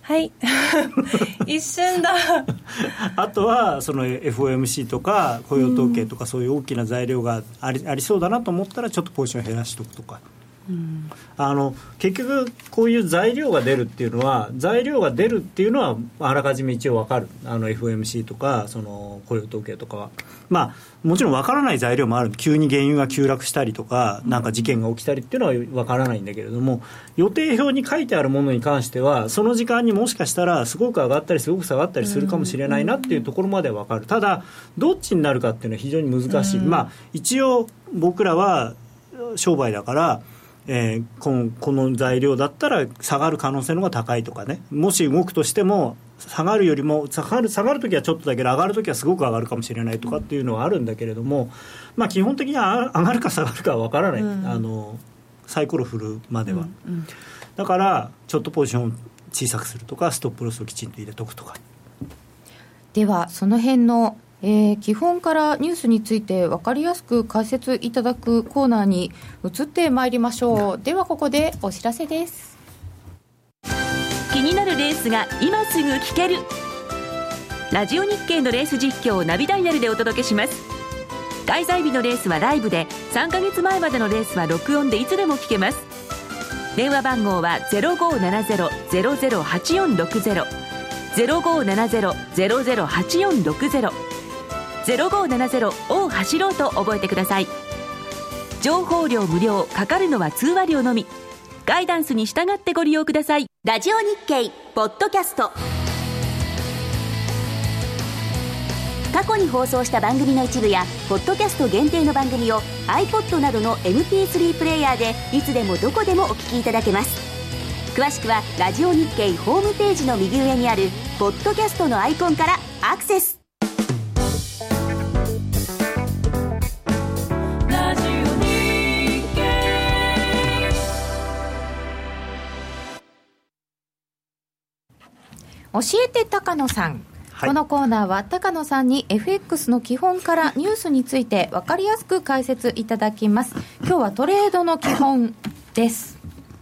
[SPEAKER 4] はい一瞬だ
[SPEAKER 2] あとはその エフオーエムシー とか雇用統計とかそういう大きな材料があり、ありそうだなと思ったらちょっとポジションを減らしておくとか、うん、あの結局こういう材料が出るっていうのは材料が出るっていうのはあらかじめ一応分かる。あの エフオーエムシー とかその雇用統計とかはまあもちろん分からない材料もある。急に原油が急落したりとかなんか事件が起きたりっていうのは分からないんだけれども、予定表に書いてあるものに関してはその時間にもしかしたらすごく上がったりすごく下がったりするかもしれないなっていうところまでは分かる。ただどっちになるかっていうのは非常に難しい。まあ一応僕らは商売だからえー、この、この材料だったら下がる可能性の方が高いとかね、もし動くとしても下がるよりも下がる、下がるときはちょっとだけど上がるときはすごく上がるかもしれないとかっていうのはあるんだけれども、まあ、基本的には上がるか下がるかは分からない、うん、あのサイコロ振るまでは、うんうん、だからちょっとポジションを小さくするとかストップロスをきちんと入れとくとか。
[SPEAKER 1] ではその辺のえー、基本からニュースについて分かりやすく解説いただくコーナーに移ってまいりましょう。ではここでお知らせです。
[SPEAKER 5] 気になるレースが今すぐ聞けるラジオ日経のレース実況をナビダイヤルでお届けします。開催日のレースはライブで、さんかげつまえまでのレースは録音でいつでも聞けます。電話番号は ゼロごーななゼロ ゼロゼロはちよんろくゼロ ゼロごーななゼロ ゼロゼロはちよんろくゼロゼロごーななゼロを走ろうと覚えてください。情報料無料、かかるのは通話料のみ。ガイダンスに従ってご利用ください。ラジオ日経ポッドキャスト、過去に放送した番組の一部やポッドキャスト限定の番組を iPod などの エムピースリー プレイヤーでいつでもどこでもお聞きいただけます。詳しくはラジオ日経ホームページの右上にあるポッドキャストのアイコンからアクセス。
[SPEAKER 1] 教えて高野さん、はい、このコーナーは高野さんに エフエックス の基本からニュースについて分かりやすく解説いただきます。今日はトレードの基本です。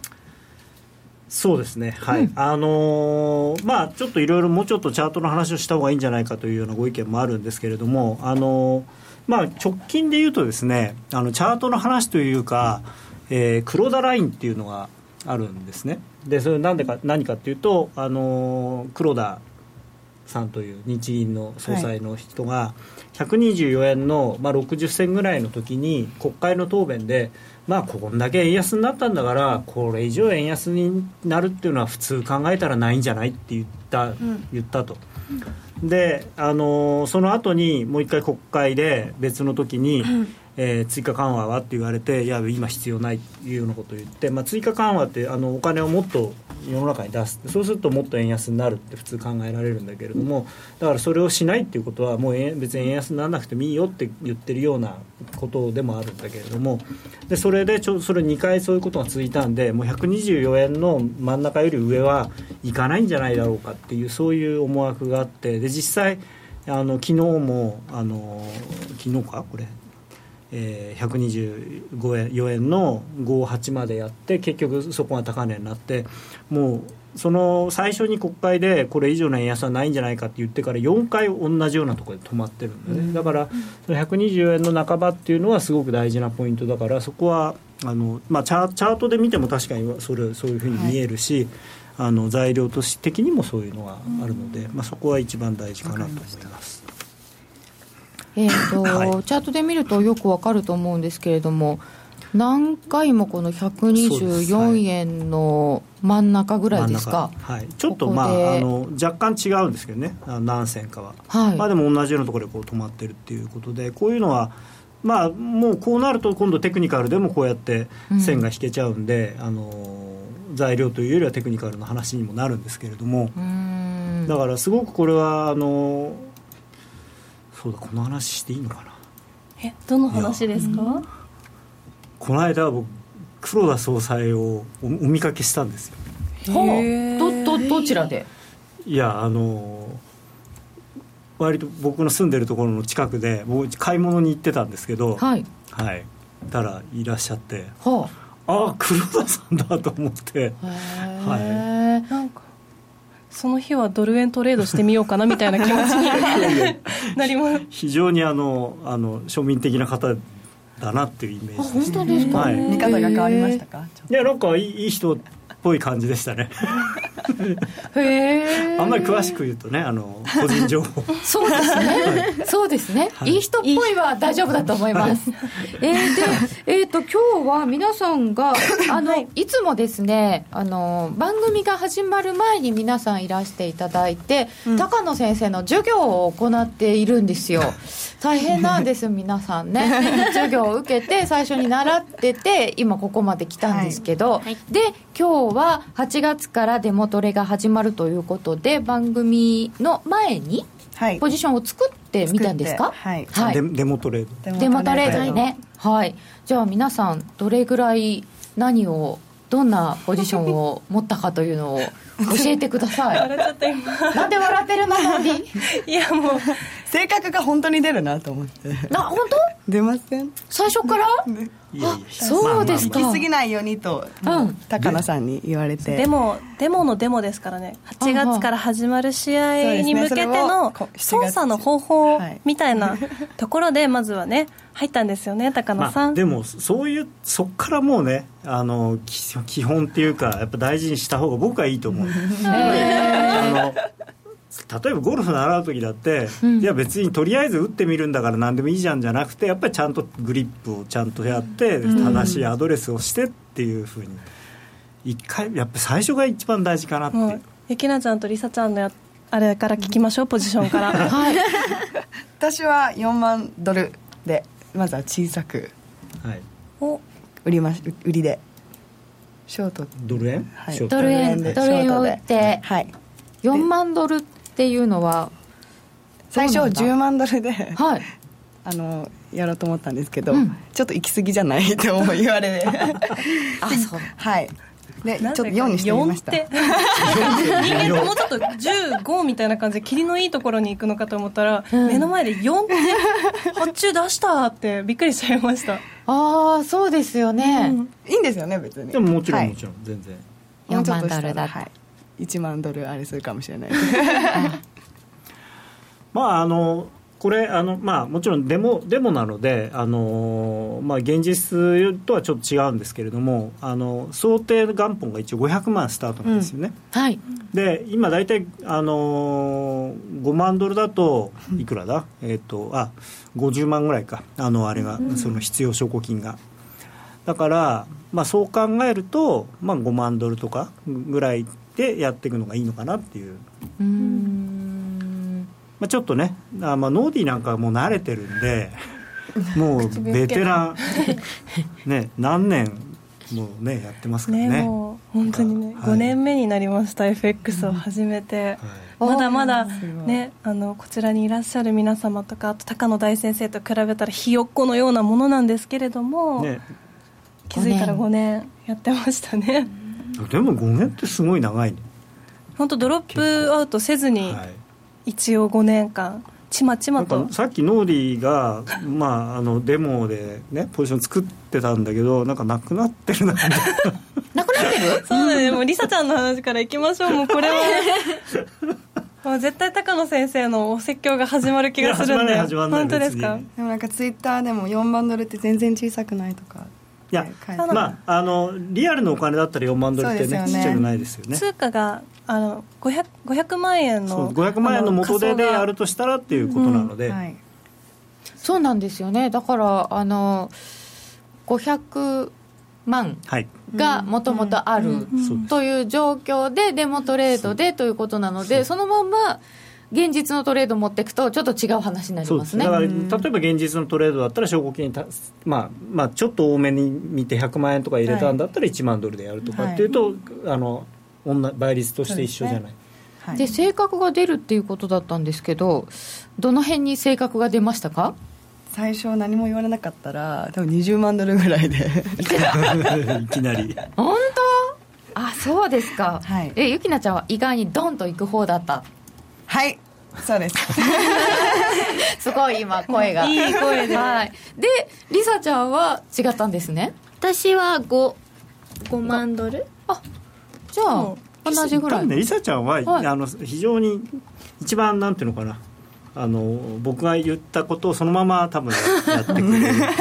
[SPEAKER 2] そうですね、はい、うん、あのー、まあちょっといろいろもうちょっとチャートの話をした方がいいんじゃないかというようなご意見もあるんですけれども、あのー、まあ直近で言うとですね、あのチャートの話というか、えー、黒田ラインっていうのがあるんですね。でそれなんでか何かっていうと、あのー、黒田さんという日銀の総裁の人がひゃくにじゅうよえんの、まあ、ろくじゅっせんぐらいの時に国会の答弁で、まあ、こんだけ円安になったんだからこれ以上円安になるっていうのは普通考えたらないんじゃないって言った、うん、言ったと。で、あのー、その後にもう一回国会で別の時に、うんえー、追加緩和はって言われて、いや今必要ないというようなことを言って、まあ、追加緩和ってあのお金をもっと世の中に出す、そうするともっと円安になるって普通考えられるんだけれども、だからそれをしないっていうことはもう別に円安にならなくてもいいよって言ってるようなことでもあるんだけれども、でそれでちょそれにかいそういうことが続いたんで、もうひゃくにじゅうよえんの真ん中より上はいかないんじゃないだろうかっていうそういう思惑があって、で実際あの昨日もあの昨日かこれえー、ひゃくにじゅうよえんのごじゅうはちまでやって結局そこが高値になって、もうその最初に国会でこれ以上の円安はないんじゃないかって言ってからよんかい同じようなところで止まってるんでね、うん、だからそのひゃくにじゅうよえんの半ばっていうのはすごく大事なポイントだから、そこはあの、まあ、チャ、チャートで見ても確かにそれそういうふうに見えるし、はい、あの材料として的にもそういうのがあるので、うんまあ、そこは一番大事かなと思います。
[SPEAKER 1] えーとはい、チャートで見るとよくわかると思うんですけれども、何回もこのひゃくにじゅうよんえんの真ん中ぐらいですか。
[SPEAKER 2] はい、ちょっと、まあ、あの若干違うんですけどね、何銭かは、
[SPEAKER 1] はい
[SPEAKER 2] まあ、でも同じようなところでこう止まってるっていうことで、こういうのは、まあ、もうこうなると今度テクニカルでもこうやって線が引けちゃうんで、うん、あの材料というよりはテクニカルの話にもなるんですけれども、
[SPEAKER 1] うん
[SPEAKER 2] だからすごくこれはあのそうだ、この話していいのかな。
[SPEAKER 4] え、どの話ですか？
[SPEAKER 2] この間僕黒田総裁を お, お見かけしたんですよ。
[SPEAKER 1] ど, ど, どちらで？
[SPEAKER 2] いや、あの割と僕の住んでるところの近くで僕買い物に行ってたんですけど、
[SPEAKER 1] はい
[SPEAKER 2] はい、たらいらっしゃって、
[SPEAKER 1] は
[SPEAKER 2] ああ黒田さんだと思って、
[SPEAKER 1] はい、
[SPEAKER 4] なんかその日はドル円トレードしてみようかなみたいな気持ちになります。
[SPEAKER 2] 非常にあのあの庶民的な方だなっていうイメージです。
[SPEAKER 1] 本当ですか、
[SPEAKER 2] はい、
[SPEAKER 3] 見方が変わりましたか？
[SPEAKER 2] いやなんかいい、いい人っぽい感じでしたね。
[SPEAKER 1] へー、
[SPEAKER 2] あんまり詳しく言うとね、あの個人情報
[SPEAKER 1] そうですね、はい、そうですね、はい、いい人っぽいは大丈夫だと思います。えー、で、えー、と今日は皆さんがあの、はい、いつもですね、あの番組が始まる前に皆さんいらしていただいて、うん、高野先生の授業を行っているんですよ。大変なんです皆さんね。授業を受けて最初に習ってて今ここまで来たんですけど、はいはい、で今日ははちがつからデモトレが始まるということで、番組の前にポジションを作ってみたんですか？
[SPEAKER 3] はい、
[SPEAKER 1] はい、
[SPEAKER 2] デ, デモトレード
[SPEAKER 1] デモトレードね、はい、じゃあ皆さんどれぐらい何をどんなポジションを持ったかというのを教えてください。
[SPEAKER 4] 笑っちゃった今。
[SPEAKER 1] なんで笑ってるの？
[SPEAKER 4] いやもう
[SPEAKER 3] 性格が本当に出るなと思って。
[SPEAKER 1] な本当？
[SPEAKER 3] 出ません？
[SPEAKER 1] 最初から？
[SPEAKER 3] ね、
[SPEAKER 2] いやいや
[SPEAKER 1] そうですか。
[SPEAKER 3] 行き過ぎないようにと、うん、高野さんに言われて。
[SPEAKER 4] でもデモのデモですからね。はちがつから始まる試合に向けての操作の方法みたいなところでまずはね入ったんですよね、高野さん。
[SPEAKER 2] まあ、でもそういうそっからもうね、あの基本っていうかやっぱ大事にした方が僕はいいと思う。あの例えばゴルフ習う時だって、うん、いや別にとりあえず打ってみるんだから何でもいいじゃんじゃなくて、やっぱりちゃんとグリップをちゃんとやって、うん、正しいアドレスをしてっていうふうに一回やっぱ最初が一番大事かなっていう。
[SPEAKER 4] ゆきなちゃんとりさちゃんのやあれから聞きましょう、ポジションから。はい、
[SPEAKER 3] 私はよんまんドルでまずは小さく、はい、を売りまし売りでショート
[SPEAKER 2] ドル円、
[SPEAKER 1] はい、ドル円ドル円を売って、はい、よんまんドルっていうのは
[SPEAKER 3] 最初じゅうまんドルで、
[SPEAKER 1] はい、
[SPEAKER 3] あのやろうと思ったんですけど、うん、ちょっと行き過ぎじゃないと言われ
[SPEAKER 1] あそう
[SPEAKER 3] はいでちょっとよんにしてみました。
[SPEAKER 4] 人間ってもうちょっとじゅうごみたいな感じで霧のいいところに行くのかと思ったら、うん、目の前でよんって発注出したってびっくりしちゃいました。
[SPEAKER 1] ああそうですよね、
[SPEAKER 3] うん、いいんですよね別に。
[SPEAKER 2] でももちろん、はい、もちろん全然
[SPEAKER 1] よんまんドルだって、
[SPEAKER 3] はい、いちまんドルあれするかもしれない
[SPEAKER 2] まああのこれあの、まあ、もちろんデモ、デモなのであの、まあ、現実とはちょっと違うんですけれども、あの想定元本が一応ごひゃくまんスタートなんですよね、
[SPEAKER 1] うん、はい、
[SPEAKER 2] で今大体あのごまんドルだといくらだ、うん、えー、とあごじゅうまんぐらいか、あのあれが、うん、その必要証拠金がだから、まあ、そう考えると、まあ、ごまんドルとかぐらいでやっていくのがいいのかなっていう。
[SPEAKER 1] うーん、
[SPEAKER 2] まあ、ちょっとね、あ、まあ、ノーディーなんかもう慣れてるんでもうベテラン、ね、何年もう、ね、やってますからね。
[SPEAKER 4] ね、もう本当にね、はい、ごねんめになりました エフエックス を始めて、うん、はい、まだまだ、ね、あのこちらにいらっしゃる皆様とか、あと高野大先生と比べたらひよっこのようなものなんですけれども、ね、気づいたらごねんやってましたね。
[SPEAKER 2] でもごねんってすごい長いね。
[SPEAKER 4] 本当ドロップアウトせずに、はい、一応ごねんかんちまちまと。
[SPEAKER 2] さっきノーディーが、まあ、あのデモで、ね、ポジション作ってたんだけど、なんかなくなってるななくなって
[SPEAKER 1] る
[SPEAKER 4] そうだね、もうリサちゃんの話からいきましょう。もうこれはもう絶対高野先生のお説教が始まる気がするんで。
[SPEAKER 2] 始まらない、
[SPEAKER 4] 本当ですか。
[SPEAKER 3] でもなんかツイッターでもよんまんドルって全然小さくないとか、
[SPEAKER 2] いや、まあ、あのリアルのお金だったらよんまんドルって ね, ねちっちゃくないですよね。
[SPEAKER 4] 通貨があの ごひゃく, ごひゃくまん円の
[SPEAKER 2] そうごひゃくまん円の元手でやるとしたらっていうことなので、うん、はい、
[SPEAKER 1] そうなんですよね。だからあのごひゃくまんがもともとあるという状況でデモトレードでということなので、そのまま現実のトレード持っていくとちょっと違う話になりますね。
[SPEAKER 2] だから例えば現実のトレードだったら証拠金、まあまあ、ちょっと多めに見てひゃくまん円とか入れたんだったらいちまんドルでやるとかっていうと、はい、あの倍率として一緒じゃない。
[SPEAKER 1] で、ね、はい、性格が出るっていうことだったんですけど、どの辺に性格が出ましたか？
[SPEAKER 3] 最初何も言われなかったら多分にじゅうまんドルぐらいで
[SPEAKER 2] いきなり。
[SPEAKER 1] 本当？あ、そうですか、はい、えゆきなちゃんは意外にドンと行く方だった？
[SPEAKER 3] はい、そうです
[SPEAKER 1] すごい今声が
[SPEAKER 4] いい声で、
[SPEAKER 1] はい、でリサちゃんは違ったんですね。
[SPEAKER 6] 私は 5, ごまんドル。
[SPEAKER 1] あ、じゃあ同じぐらい。
[SPEAKER 2] 多分ね、リサちゃんは、はい、あの非常に一番なんていうのかな、あの僕が言ったことをそのまま多分やってくれるっていうか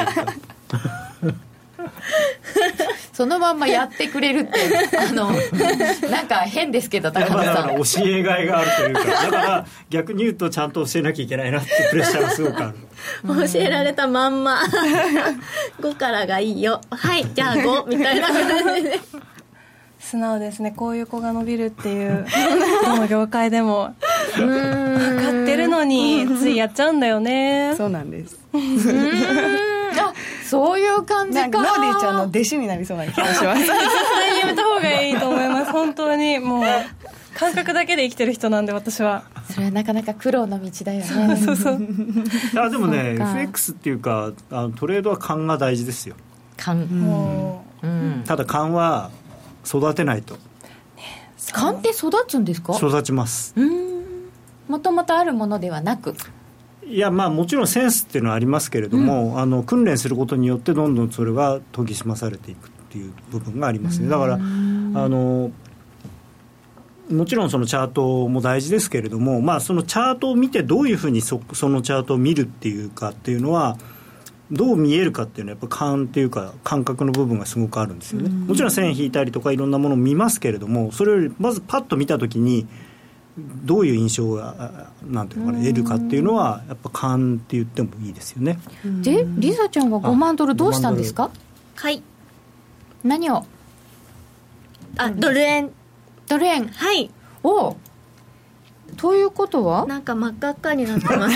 [SPEAKER 1] そのまんまやってくれるってあのなんか変ですけど、高野さん、
[SPEAKER 2] だから教えがいがあるというか、だから逆に言うとちゃんと教えなきゃいけないなってプレッシャーがすごくある
[SPEAKER 6] 教えられたまんまごからがいいよ、はいじゃあごみたいな感じで
[SPEAKER 4] 素直ですね。こういう子が伸びるっていうどの業界でも分かってるのについやっちゃうんだよね。
[SPEAKER 3] そうなんです。
[SPEAKER 1] うーんあそういう感じか。
[SPEAKER 3] なんかノーディーちゃんの弟子になりそうな気がします
[SPEAKER 4] 絶対やめた方がいいと思います。本当にもう感覚だけで生きてる人なんで、私は。
[SPEAKER 1] それはなかなか苦労の道だよね。
[SPEAKER 4] そうそう
[SPEAKER 2] あでもね エフエックス っていうか、あのトレードは勘が大事ですよ。
[SPEAKER 1] 勘、
[SPEAKER 4] もう、
[SPEAKER 1] うん、
[SPEAKER 2] ただ勘は育てないと、ね、
[SPEAKER 1] 勘って育つんですか？
[SPEAKER 2] 育ちます。
[SPEAKER 1] うーん、もともとあるものではなく、
[SPEAKER 2] いやまあもちろんセンスっていうのはありますけれども、うん、あの訓練することによってどんどんそれが研ぎ澄まされていくっていう部分がありますね。だからあのもちろんそのチャートも大事ですけれども、まあ、そのチャートを見てどういうふうに そ, そのチャートを見るっていうかっていうのはどう見えるかっていうのはやっぱ勘っていうか感覚の部分がすごくあるんですよね。もちろん線引いたりとかいろんなものを見ますけれども、それよりまずパッと見たときにどういう印象がなんていうのかな得るかっていうのはやっぱ勘って言ってもいいですよね。
[SPEAKER 1] でリサちゃんがごまんドルどうしたんですか？
[SPEAKER 6] はい、
[SPEAKER 1] 何を？
[SPEAKER 6] あ、ドル円。
[SPEAKER 1] ドル円、
[SPEAKER 6] はい
[SPEAKER 1] おということは
[SPEAKER 6] なんか真っ赤っかになってます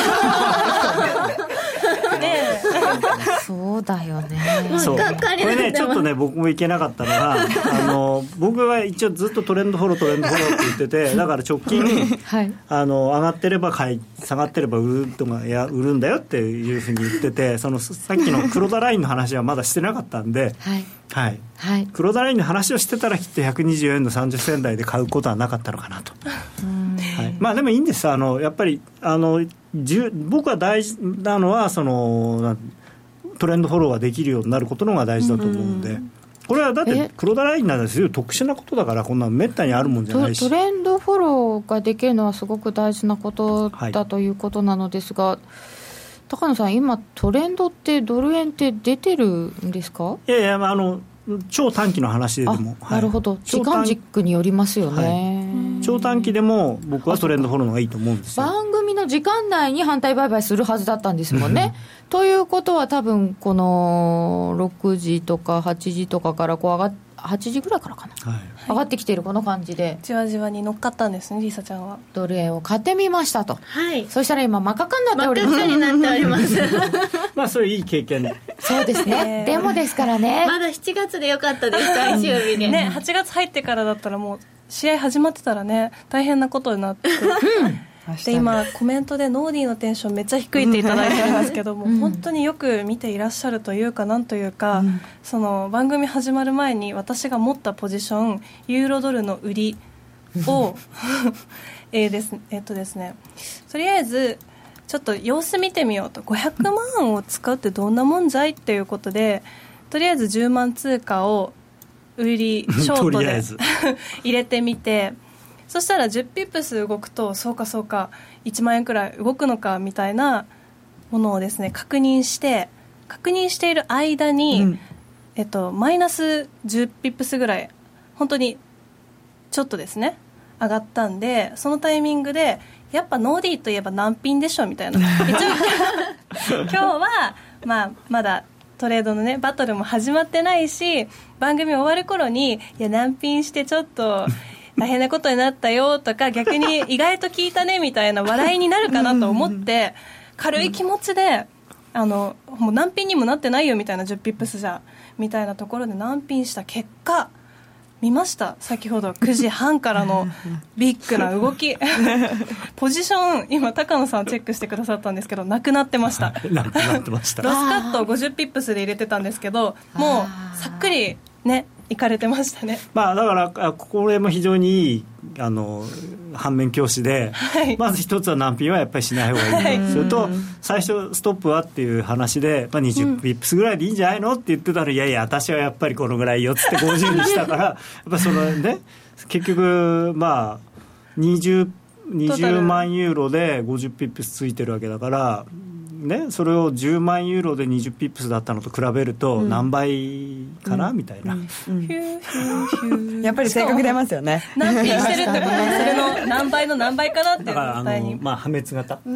[SPEAKER 4] ね
[SPEAKER 1] そうだよね。
[SPEAKER 2] そうこれねちょっとね僕もいけなかったのがあの僕は一応ずっとトレンドフォロートレンドフォローって言ってて、だから直近、はい、あの上がってれば買い下がってれば売るとかいや売るんだよっていうふうに言ってて、そのさっきの黒田ラインの話はまだしてなかったんで、はいはいはい、黒田ラインの話をしてたらきっとひゃくにじゅうえんのさんじゅっせん台で買うことはなかったのかなと。はい、まあでもいいんです。あのやっぱりあの僕は大事なのはそのトレンドフォローができるようになることの方が大事だと思うので、これはだって黒田ラインなんですよ。特殊なことだから、こんなめったにあるもんじゃないし、
[SPEAKER 1] トレンドフォローができるのはすごく大事なことだということなのですが、はい、高野さん今トレンドってドル円って出てるんですか？
[SPEAKER 2] いやいや、あの超短期の話でも、
[SPEAKER 1] はい、なるほど、時間軸によりますよね、
[SPEAKER 2] はい、超短期でも僕はトレンドフォローの方がいいと思うんですよ。
[SPEAKER 1] 番組の時間内に反対売買するはずだったんですもんねということは多分このろくじとかはちじとかからこう上がっはちじぐらいからかな、はい、上がってきているこの感じで
[SPEAKER 4] じわじわに乗っかったんですね、リサちゃんは。
[SPEAKER 1] ドル円を買ってみましたと、
[SPEAKER 6] はい、
[SPEAKER 1] そしたら今真っ赤っかになっております。
[SPEAKER 6] 真っ赤になっております
[SPEAKER 2] まあそれいい経験で。
[SPEAKER 1] そうですね、でもですからね、
[SPEAKER 6] まだしちがつでよかったです最終日で、
[SPEAKER 4] ね、はちがつ入ってからだったらもう試合始まってたらね大変なことになってうんで今コメントでノーディーのテンションめっちゃ低いっていただいてるんですけども、うん、本当によく見ていらっしゃるというかなんというか、うん、その番組始まる前に私が持ったポジションユーロドルの売りをえーですえーっとですねとりあえずちょっと様子見てみようと、ごひゃくまんを使うってどんなもんじゃいっていうことでとりあえずじゅうまん通貨を売りショートで入れてみて、そしたらじゅうピップス動くとそうかそうかいちまん円くらい動くのかみたいなものをですね確認して確認している間に、うんえっと、マイナスじゅうピップスぐらい本当にちょっとですね上がったんで、そのタイミングでやっぱノーディーといえば難品でしょみたいな今日は、まあ、まだトレードのねバトルも始まってないし番組終わる頃にいや難品してちょっと大変なことになったよとか逆に意外と聞いたねみたいな笑いになるかなと思って軽い気持ちであのもう難品にもなってないよみたいなじゅうピップスじゃみたいなところで難品した結果見ました、先ほどくじはんからのビッグな動きポジション今高野さんチェックしてくださったんですけどなくなってました
[SPEAKER 2] なくなってました
[SPEAKER 4] ロスカットごじゅうピップスで入れてたんですけどもうさっくりね行かれてましたね。
[SPEAKER 2] まあ、だからこれも非常にいいあの反面教師で、はい、まず一つは難品はやっぱりしない方がいい、はい、それと最初ストップはっていう話で、まあ、にじゅうピップスぐらいでいいんじゃないのって言ってたら、いやいや私はやっぱりこのぐらいよっつってごじゅうにしたからやっぱそのね結局まあにじゅう、にじゅうまんユーロでごじゅうピップスついてるわけだからね、それをじゅうまんユーロでにじゅうピップスだったのと比べると何倍かな、うん、みたいな、うん
[SPEAKER 3] うん、やっぱり正確出ますよね。
[SPEAKER 4] 何品してるってことはそれの何倍の何倍かなっていう
[SPEAKER 2] だからあの、まあ、破滅型、
[SPEAKER 4] はい、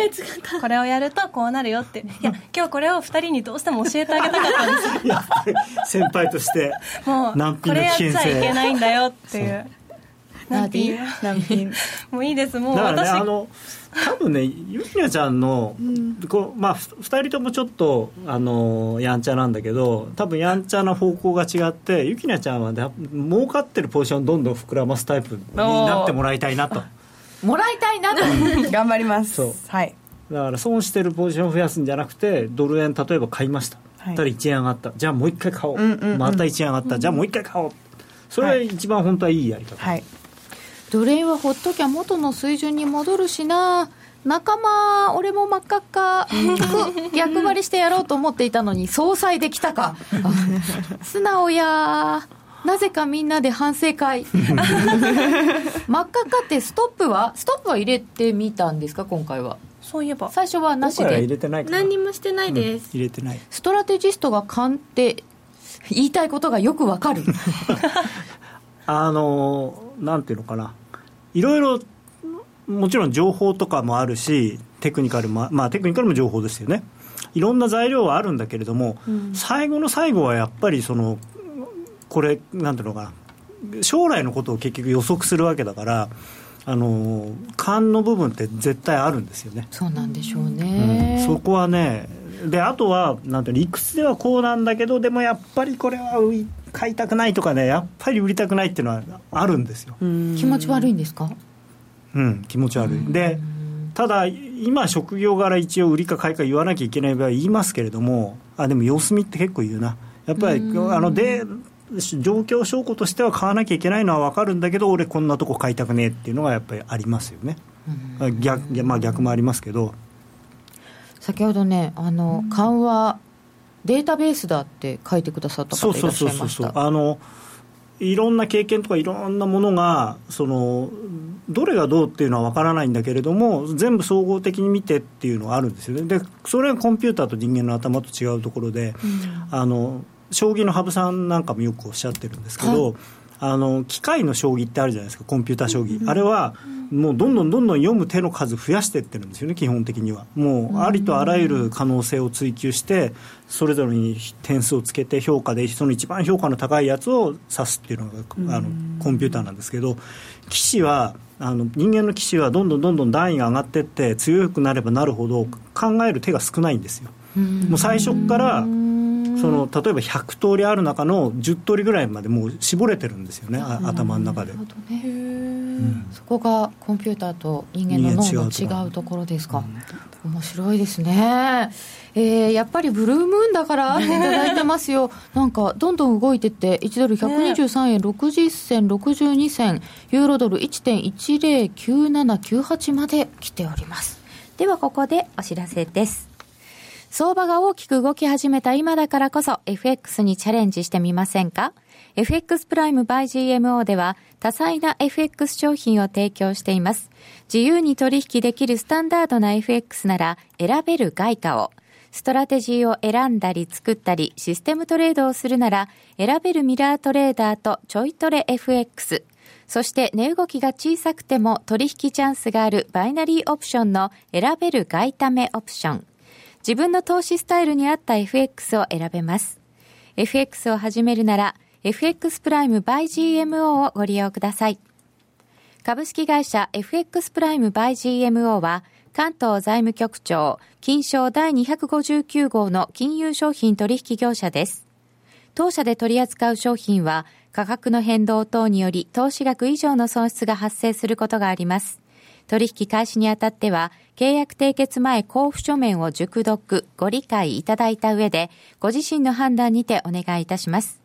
[SPEAKER 4] これをやるとこうなるよって。いや今日これをふたりにどうしても教えてあげたかったんですよ。いや
[SPEAKER 2] 先輩として
[SPEAKER 4] もう
[SPEAKER 2] 難品の危険性
[SPEAKER 4] これやっちゃいけないんだよっていう。
[SPEAKER 3] 何品何品
[SPEAKER 4] もういいです。もう
[SPEAKER 2] だからね、
[SPEAKER 4] 私
[SPEAKER 2] あの多分ねゆきなちゃんの、うん、こうまあ、ふたりともちょっとあのやんちゃなんだけど多分やんちゃな方向が違ってゆきなちゃんは、ね、儲かってるポジションどんどん膨らますタイプになってもらいたいなと
[SPEAKER 1] もらいたいなと
[SPEAKER 3] 頑張ります。
[SPEAKER 2] そう、
[SPEAKER 3] はい、
[SPEAKER 2] だから損してるポジションを増やすんじゃなくてドル円例えば買いました、はい、ただいちえん上がったじゃあもう一回買おう、うんうんうん、またいちえん上がった、うん、じゃあもう一回買おうそれが一番本当はいいやり方、
[SPEAKER 3] はい、
[SPEAKER 1] ドル円はほっときゃ元の水準に戻るしな仲間俺も真っ赤っか逆張りしてやろうと思っていたのに総裁できたか素直やなぜかみんなで反省会真っ赤っかってストップはストップは入れてみたんですか今回は。
[SPEAKER 4] そういえば
[SPEAKER 1] 最初はなしで
[SPEAKER 2] 今回は入れてないかな。
[SPEAKER 6] 何にもしてないです、
[SPEAKER 2] うん、入れてない。
[SPEAKER 1] ストラテジストが勘って言いたいことがよくわかる
[SPEAKER 2] あのなんていうのかないろいろもちろん情報とかもあるしテクニカルも、まあ、テクニカルも情報ですよね。いろんな材料はあるんだけれども、うん、最後の最後はやっぱりそのこれなんていうのかな将来のことを結局予測するわけだからあの勘の部分って絶対あるんですよね。
[SPEAKER 1] そうなんでしょうね、
[SPEAKER 2] うん、そこはねであとはなんていうの理屈ではこうなんだけどでもやっぱりこれは買いたくないとかねやっぱり売りたくないっていうのはあるんですよ。
[SPEAKER 1] 気持ち悪いんですか。
[SPEAKER 2] うん、気持ち悪い。でただ今職業柄一応売りか買いか言わなきゃいけない場合は言いますけれどもあでも様子見って結構言うなやっぱりあので状況証拠としては買わなきゃいけないのは分かるんだけど俺こんなとこ買いたくねえっていうのがやっぱりありますよね。逆、まあ、逆もありますけど
[SPEAKER 1] 先ほどねあの緩和データベースだって書いてくださった方いらっしゃいました。
[SPEAKER 2] あのいろんな経験とかいろんなものがそのどれがどうっていうのは分からないんだけれども全部総合的に見てっていうのがあるんですよね。でそれはコンピューターと人間の頭と違うところで、うん、あの将棋の羽生さんなんかもよくおっしゃってるんですけど、はい、あの機械の将棋ってあるじゃないですかコンピューター将棋、うん、あれはもうどんどんどんどん読む手の数増やしていってるんですよね。基本的にはもうありとあらゆる可能性を追求してそれぞれに点数をつけて評価でその一番評価の高いやつを指すっていうのがあのコンピューターなんですけど棋士はあの人間の棋士はどんどんどんどん段位が上がっていって強くなればなるほど考える手が少ないんですよ。もう最初からその例えばひゃく通りある中のじゅっ通りぐらいまでもう絞れてるんですよね頭の中で。なるほどね、
[SPEAKER 1] うん、そこがコンピューターと人間の脳の違うところですか、うん、面白いですね、えー、やっぱりブルームーンだからいただいてますよなんかどんどん動いてっていちドルひゃくにじゅうさんえんろくじゅっ銭ろくじゅうに銭ユーロドル いちてんいちゼロきゅうななきゅうはち まで来ております。ではここでお知らせです。相場が大きく動き始めた今だからこそ エフエックス にチャレンジしてみませんか？ エフエックス プライム by ジーエムオー では多彩な エフエックス 商品を提供しています。自由に取引できるスタンダードな エフエックス なら選べる外貨を、ストラテジーを選んだり作ったりシステムトレードをするなら選べるミラートレーダーとちょいトレ エフエックス、そして値動きが小さくても取引チャンスがあるバイナリーオプションの選べる外為オプション。自分の投資スタイルに合った エフエックス を選べます。エフエックス を始めるなら エフエックス プライム by ジーエムオー をご利用ください。株式会社 エフエックス プライム by ジーエムオー は関東財務局長金商だいにひゃくごじゅうきゅう号の金融商品取引業者です。当社で取り扱う商品は価格の変動等により投資額以上の損失が発生することがあります。取引開始にあたっては契約締結前交付書面を熟読ご理解いただいた上でご自身の判断にてお願いいたします。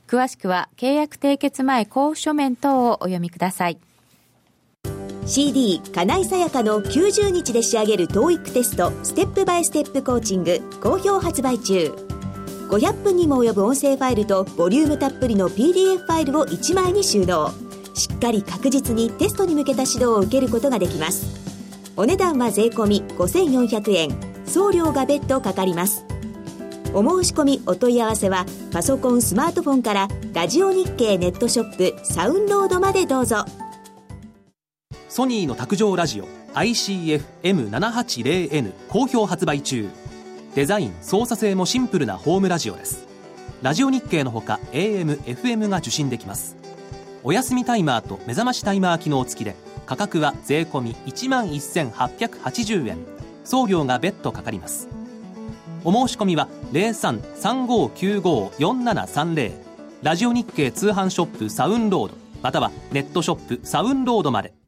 [SPEAKER 1] 詳しくは契約締結前交付書面等をお読みください。
[SPEAKER 7] シーディー 金井さやかのきゅうじゅうにちで仕上げる トーイック テストステップバイステップコーチング好評発売中。ごひゃっぷんにも及ぶ音声ファイルとボリュームたっぷりの ピーディーエフ ファイルをいちまいに収納。しっかり確実にテストに向けた指導を受けることができます。お値段は税込みごせんよんひゃくえん、送料が別途かかります。お申し込みお問い合わせはパソコンスマートフォンからラジオ日経ネットショップサウンロードまでどうぞ。
[SPEAKER 8] ソニーの卓上ラジオ アイシーエフエムななはちゼロエヌ 好評発売中。デザイン操作性もシンプルなホームラジオです。ラジオ日経のほか エーエム、エフエム が受信できます。お休みタイマーと目覚ましタイマー機能付きで価格は税込み いちまんせんはっぴゃくはちじゅうえん、送料が別途かかります。お申し込みは ゼロさん さんごきゅうご よんななさんゼロ ラジオ日経通販ショップサウンロードまたはネットショップサウンロードまで。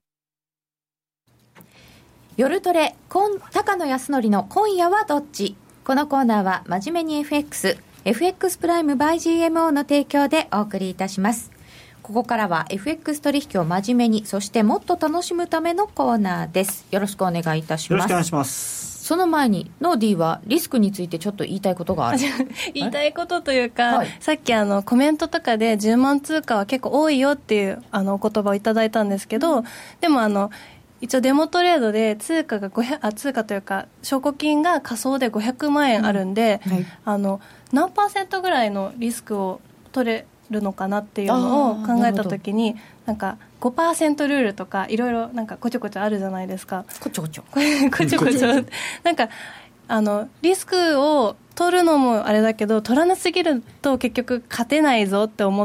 [SPEAKER 1] 夜トレ高野康則の今夜はどっち。このコーナーは真面目に エフエックス エフエックス プライム by ジーエムオー の提供でお送りいたします。ここからは エフエックス 取引を真面目に、そしてもっと楽しむためのコーナーです。よろしくお願いいたします。
[SPEAKER 2] よろしくお願いします。
[SPEAKER 1] その前にノーディーはリスクについてちょっと言いたいことがある
[SPEAKER 4] 言いたいことというか、
[SPEAKER 1] はい、
[SPEAKER 4] さっきあのコメントとかでじゅうまん通貨は結構多いよっていうあのお言葉をいただいたんですけど、でもあの一応デモトレードで通貨がごひゃくあ通貨というか証拠金が仮想でごひゃくまんえんあるんで、うんはい、あの何パーセントぐらいのリスクを取れるのかなっていうのを考えたときに、なんか ごパーセント ルールとかいろいろなんかこちょこちょあるじゃないですか。
[SPEAKER 1] こちょこちょ
[SPEAKER 4] こちょこちょなんかあのリスクを取るのもあれだけど取らなすぎると結局勝てないぞって思って、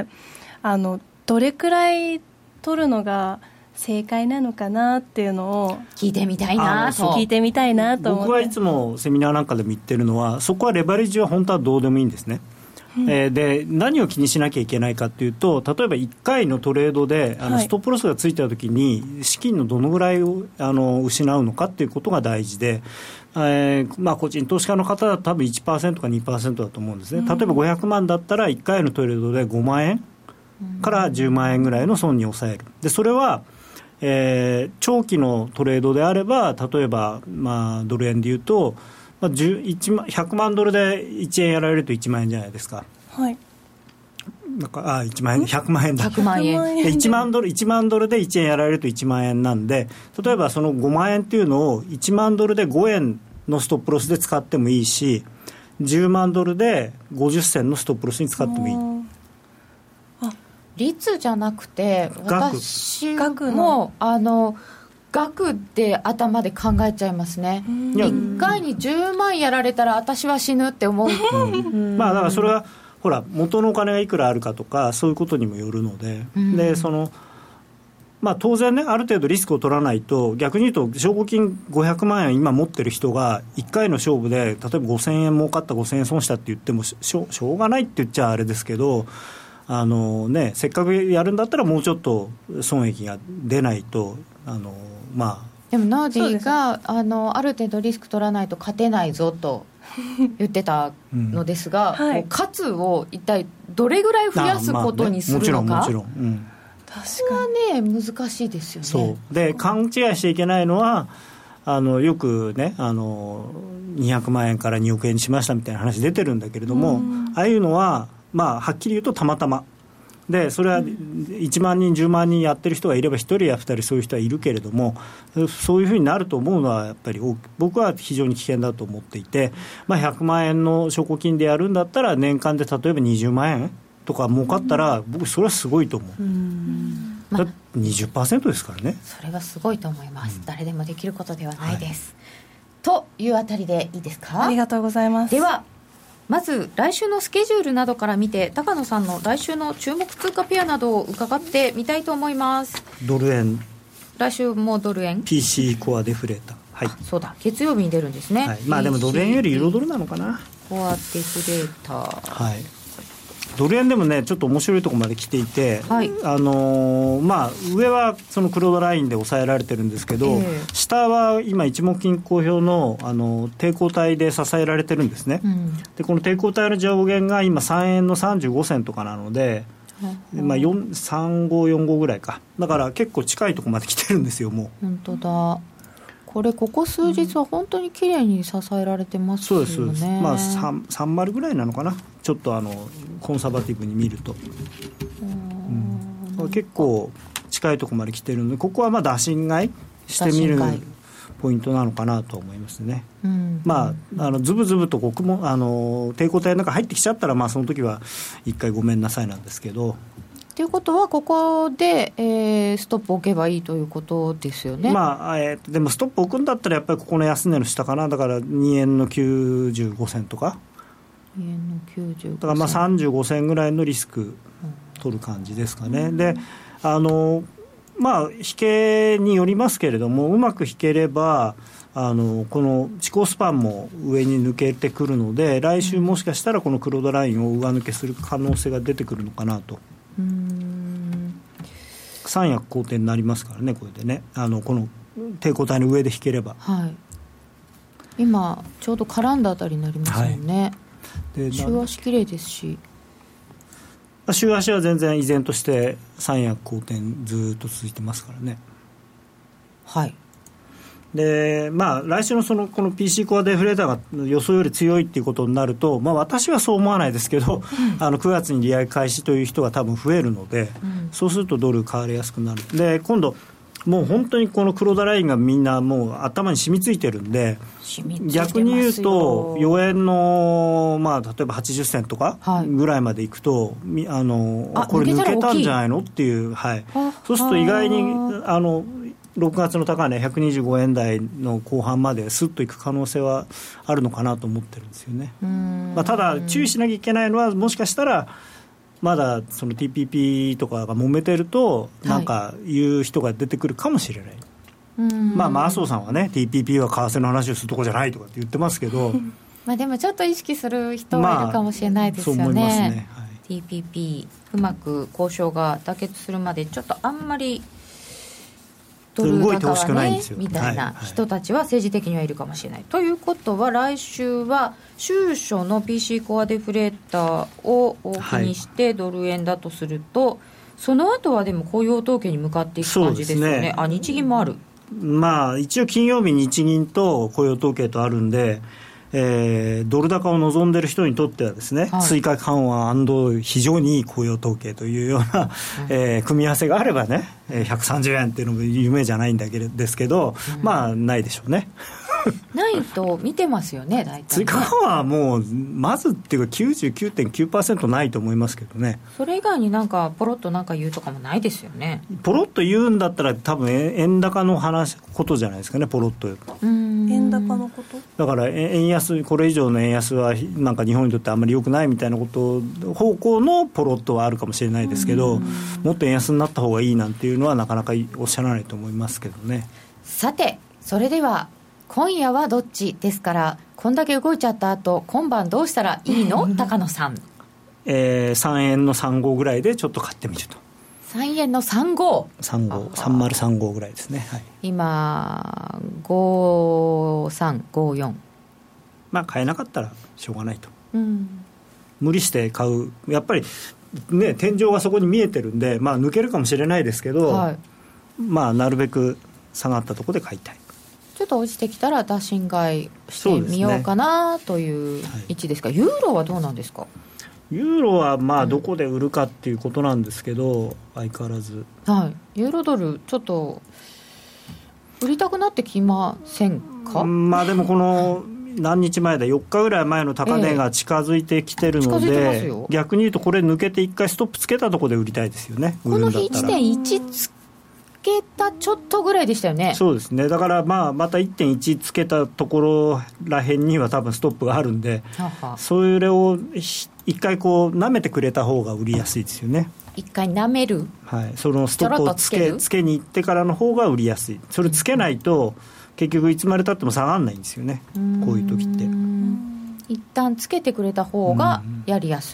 [SPEAKER 4] あのどれくらい取るのが正解なのかなっていうのを
[SPEAKER 1] 聞いてみたいなと
[SPEAKER 4] 聞いてみたいなと思って、
[SPEAKER 2] 僕はいつもセミナーなんかでも言ってるのは、そこはレバレッジは本当はどうでもいいんですね、うん、えー、で何を気にしなきゃいけないかっていうと、例えばいっかいのトレードであのストップロスがついた時に資金のどのぐらいをあの失うのかっていうことが大事で、えーまあ、個人投資家の方は多分 いちパーセント か にパーセント だと思うんですね、うん、例えばごひゃくまんだったらいっかいのトレードでごまんえんからじゅうまんえんぐらいの損に抑える。でそれはえー、長期のトレードであれば、例えば、まあ、ドル円でいうと、まあ、ひゃくまんドルでいちえんやられるといちまんえんじゃないですか。
[SPEAKER 4] はい。
[SPEAKER 2] なんかあいちまんえんひゃくまんえんだ
[SPEAKER 1] ひゃくまんえん
[SPEAKER 2] でいちまんドルいちまんドルでいちえんやられるといちまんえんなんで、例えばそのごまんえんっていうのをいちまんドルでごえんのストップロスで使ってもいいし、じゅうまんドルでごじゅっせんのストップロスに使ってもいい。
[SPEAKER 1] 率じゃなくて私もあの額で頭で考えちゃいますね。いっかいにじゅうまんやられたら私は死ぬって思う、
[SPEAKER 2] うんまあ、だからそれはほら元のお金がいくらあるかとかそういうことにもよるので、うん、でそのまあ、当然ね、ある程度リスクを取らないと、逆に言うと証拠金ごひゃくまんえん今持ってる人がいっかいの勝負で例えばごせんえん儲かった、ごせんえん損したって言ってもしょ, しょうがないって言っちゃあれですけど、あのね、せっかくやるんだったらもうちょっと損益が出ないと、あの、まあ、
[SPEAKER 1] でもナーディーが あのある程度リスク取らないと勝てないぞと言ってたのですが、うんはい、もう勝つを一体どれぐらい増やすことにするのか、
[SPEAKER 2] まあね、もちろんもちろん、うん、
[SPEAKER 1] 確かね難しいですよね。
[SPEAKER 2] そうで勘違いしちゃいけないのは、あのよくね、あのにひゃくまんえんからにおくえんにしましたみたいな話出てるんだけれども、ああいうのはまあ、はっきり言うとたまたまで、それはいちまんにんじゅうまんにんやってる人がいればひとりやふたりそういう人はいるけれども、そういうふうになると思うのはやっぱり僕は非常に危険だと思っていて、まあ、ひゃくまんえんの証拠金でやるんだったら年間で例えばにじゅうまんえんとか儲かったら僕それはすごいと思う。うん、だって にじゅっパーセント ですからね。
[SPEAKER 1] それはすごいと思います、うん、誰でもできることではないです、はい、というあたりでいいですか。
[SPEAKER 4] ありがとうございます。
[SPEAKER 1] ではまず来週のスケジュールなどから見て高野さんの来週の注目通貨ペアなどを伺ってみたいと思います。
[SPEAKER 2] ドル円、
[SPEAKER 1] 来週もドル円
[SPEAKER 2] ピーシー コアデフレーター、はい、
[SPEAKER 1] そうだ月曜日に出るんですね、
[SPEAKER 2] はい、まあでもドル円よりユーロドルなのかな。
[SPEAKER 1] コアデフレーター、
[SPEAKER 2] はい、 ドル円でもねちょっと面白いところまで来ていて、はい、あのーまあ、上はその黒田ラインで抑えられてるんですけど、えー、下は今一目金公表 の, あの抵抗体で支えられてるんですね、うん、でこの抵抗体の上限が今さんえんのさんじゅうごセントかなので、うん、まあ、さんごよんごぐらいか、だから結構近いところまで来てるんですよ。もう
[SPEAKER 1] 本当だ、これここ数日は本当に綺麗に支えられてますよね、うん、そうですそうです、まあ、さんじゅうぐらいなのかな、ちょっとあのコンサバティブに見ると、うん、結構近いところまで来てるので、ここはまあ打診買いしてみるポイントなのかなと思いますね、うん、まあ、あのズブズブとこうあの抵抗体の中入ってきちゃったら、まあ、その時は一回ごめんなさいなんですけど、 ということはここで、えー、ストップ置けばいいということですよね。
[SPEAKER 2] まあえー、でもストップ置くんだったらやっぱりここの安値の下かな、だからにえんのきゅうじゅうごセントか、
[SPEAKER 1] にえんのきゅうじゅうごセント、
[SPEAKER 2] だからまあさんじゅうごせんぐらいのリスク取る感じですかね、うん、であのまあ引けによりますけれども、うまく引ければあのこの地高スパンも上に抜けてくるので、来週もしかしたらこの黒田ラインを上抜けする可能性が出てくるのかなと。うーん、三役好転になりますからね、これでね、あのこの抵抗体の上で引ければ、
[SPEAKER 1] はい、今ちょうど絡んだあたりになりますよね、はい、で週足綺麗ですし、
[SPEAKER 2] 週足は全然依然として三役好転ずっと続いてますからね。
[SPEAKER 1] はい。
[SPEAKER 2] でまあ、来週の, そのこの ピーシー コアデフレーターが予想より強いっていうことになると、まあ、私はそう思わないですけど、うん、あのくがつに利上げ開始という人が多分増えるので、うん、そうするとドル買われやすくなる。で今度もう本当にこの黒田ラインがみんなもう頭に染みついてるんで、逆に言うとよえんの、まあ、例えばはちじゅっせんとかぐらいまでいくと、はい、あのあこれ抜けたんじゃないのっていう、はい、そうすると意外にあのろくがつの高値ひゃくにじゅうごえん台の後半まですっといく可能性はあるのかなと思ってるんですよね。まあ、ただ注意しなきゃいけないのは、もしかしたらまだその ティーピーピー とかが揉めてるとなんか言う人が出てくるかもしれない、はい、まあまあ麻生さんはね ティーピーピー は為替の話をするとこじゃないとかって言ってますけど
[SPEAKER 1] まあでもちょっと意識する人はいるかもしれないですよね、まあ、そう思いますね、はい、ティーピーピー うまく交渉が妥結するまでちょっとあんまりドル高はねみたいな人たちは政治的にはいるかもしれない、はいはい、ということは来週は週初の ピーシー コアデフレーターを大きにしてドル円だとすると、はい、その後はでも雇用統計に向かっていく感じですよ ね, ねあ日銀もある、
[SPEAKER 2] まあ、一応金曜日日銀と雇用統計とあるんで、えー、ドル高を望んでいる人にとってはですね、はい、追加緩和&非常にいい雇用統計というような、うんえー、組み合わせがあればねひゃくさんじゅうえんっていうのも夢じゃないんだけどですけど、うん、まあないでしょうね
[SPEAKER 1] ないと見てますよね、大体ね。
[SPEAKER 2] 追加緩和はもうまずっていうか きゅうじゅうきゅうてんきゅうパーセント ないと思いますけどね。
[SPEAKER 1] それ以外になんかポロッとなんか言うとかもないですよね。
[SPEAKER 2] ポロッと言うんだったら多分円高の話ことじゃないですかね、ポロッと言うと。
[SPEAKER 4] うーん円高のことだ
[SPEAKER 2] から円安、これ以上の円安はなんか日本にとってあんまり良くないみたいなこと方向のポロッとはあるかもしれないですけど、もっと円安になった方がいいなんていうのはなかなかおっしゃらないと思いますけどね。
[SPEAKER 1] さてそれでは今夜はどっちですから、こんだけ動いちゃった後今晩どうしたらいいの高野さん、
[SPEAKER 2] えー、さんえんのさんじゅうごぐらいでちょっと買ってみると。
[SPEAKER 1] さんえんのさんじゅうご
[SPEAKER 2] さんじゅうご さんぜろさんごぐらいですね、はい、
[SPEAKER 1] 今ごさんごよん、
[SPEAKER 2] まあ買えなかったらしょうがないと、
[SPEAKER 1] うん、
[SPEAKER 2] 無理して買う、やっぱりね天井がそこに見えてるんで、まあ抜けるかもしれないですけど、はい、まあなるべく下がったところで買いたい。
[SPEAKER 1] ちょっと落ちてきたら打診買いしてみようかなという位置ですか、はい、ユーロはどうなんですか。
[SPEAKER 2] ユーロはまあどこで売るかっていうことなんですけど、うん、相変わらず、
[SPEAKER 1] はい、ユーロドルちょっと売りたくなってきませんか。
[SPEAKER 2] まあでもこの何日前だよっかぐらい前の高値が近づいてきてるので、ええ、逆に言うとこれ抜けていっかいストップつけたところで売りたいですよね。
[SPEAKER 1] この日 いってんいち つけたちょっとぐらいでしたよね。
[SPEAKER 2] そうですね。だからまあまた いってんいち つけたところらへんには多分ストップがあるんで、ははそれを一回こう舐めてくれた方が売りやすいですよね。
[SPEAKER 1] 一回舐める、
[SPEAKER 2] はい、そのストップをつけ、つけに行ってからの方が売りやすい。それつけないと結局いつまでたっても下がらないんですよね、こういう時って。
[SPEAKER 1] 一旦つけてくれた方がやりやすい。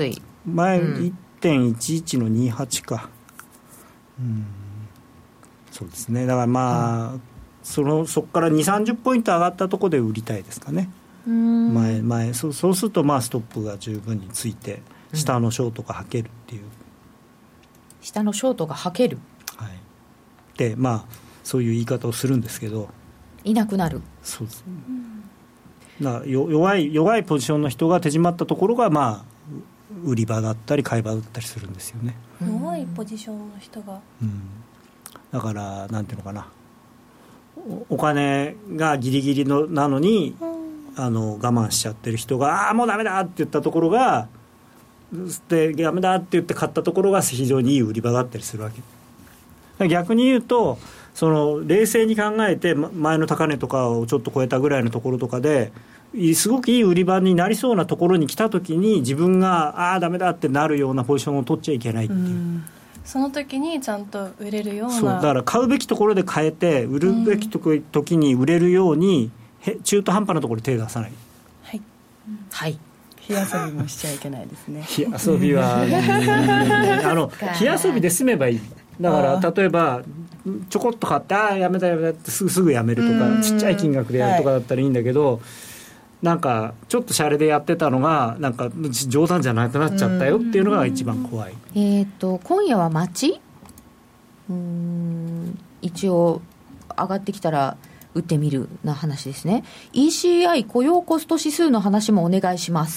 [SPEAKER 2] 前、うん、いってんいちいち のにじゅうはちか、うん、そうですね。だからまあ、うん、そのそこからにじゅうさんじゅうポイント上がったところで売りたいですかね。うん前前 そ, そうするとまあストップが十分について下のショートがはけるっていう、うん、
[SPEAKER 1] 下のショートがはける、
[SPEAKER 2] はい、でまあそういう言い方をするんですけど、
[SPEAKER 1] いなくなる。
[SPEAKER 2] そうです、うん、だ弱い弱いポジションの人が手締まったところがまあ売り場だったり買い場だったりするんですよね。
[SPEAKER 4] 弱いポジションの人が、
[SPEAKER 2] うん、だからなんていうのかな、 お, お金がギリギリのなのに、うん、あの我慢しちゃってる人がああもうダメだって言ったところがでダメだって言って買ったところが非常にいい売り場だったりするわけ。逆に言うとその冷静に考えて前の高値とかをちょっと超えたぐらいのところとかですごくいい売り場になりそうなところに来た時に自分がああダメだってなるようなポジションを取っちゃいけないっていう、うん、
[SPEAKER 4] その時にちゃんと売れるような。
[SPEAKER 2] そうだから買うべきところで買えて売るべき時に売れるように、うん、中途半端なところで手を出さない。
[SPEAKER 1] はい、はい、
[SPEAKER 3] 火遊びもしちゃいけないですね。
[SPEAKER 2] 火遊びはあの火遊びで済めばいい。だから例えばちょこっと買ってああやめたやめたってすぐすぐやめるとかちっちゃい金額でやるとかだったらいいんだけど、はい、なんかちょっとシャレでやってたのがなんか冗談じゃなくなっちゃったよっていうのが一番怖い。
[SPEAKER 1] えーと今夜は待ちうーん一応上がってきたら打ってみるな話ですね。 イーシーアイ 雇用コスト指数の話もお願いします。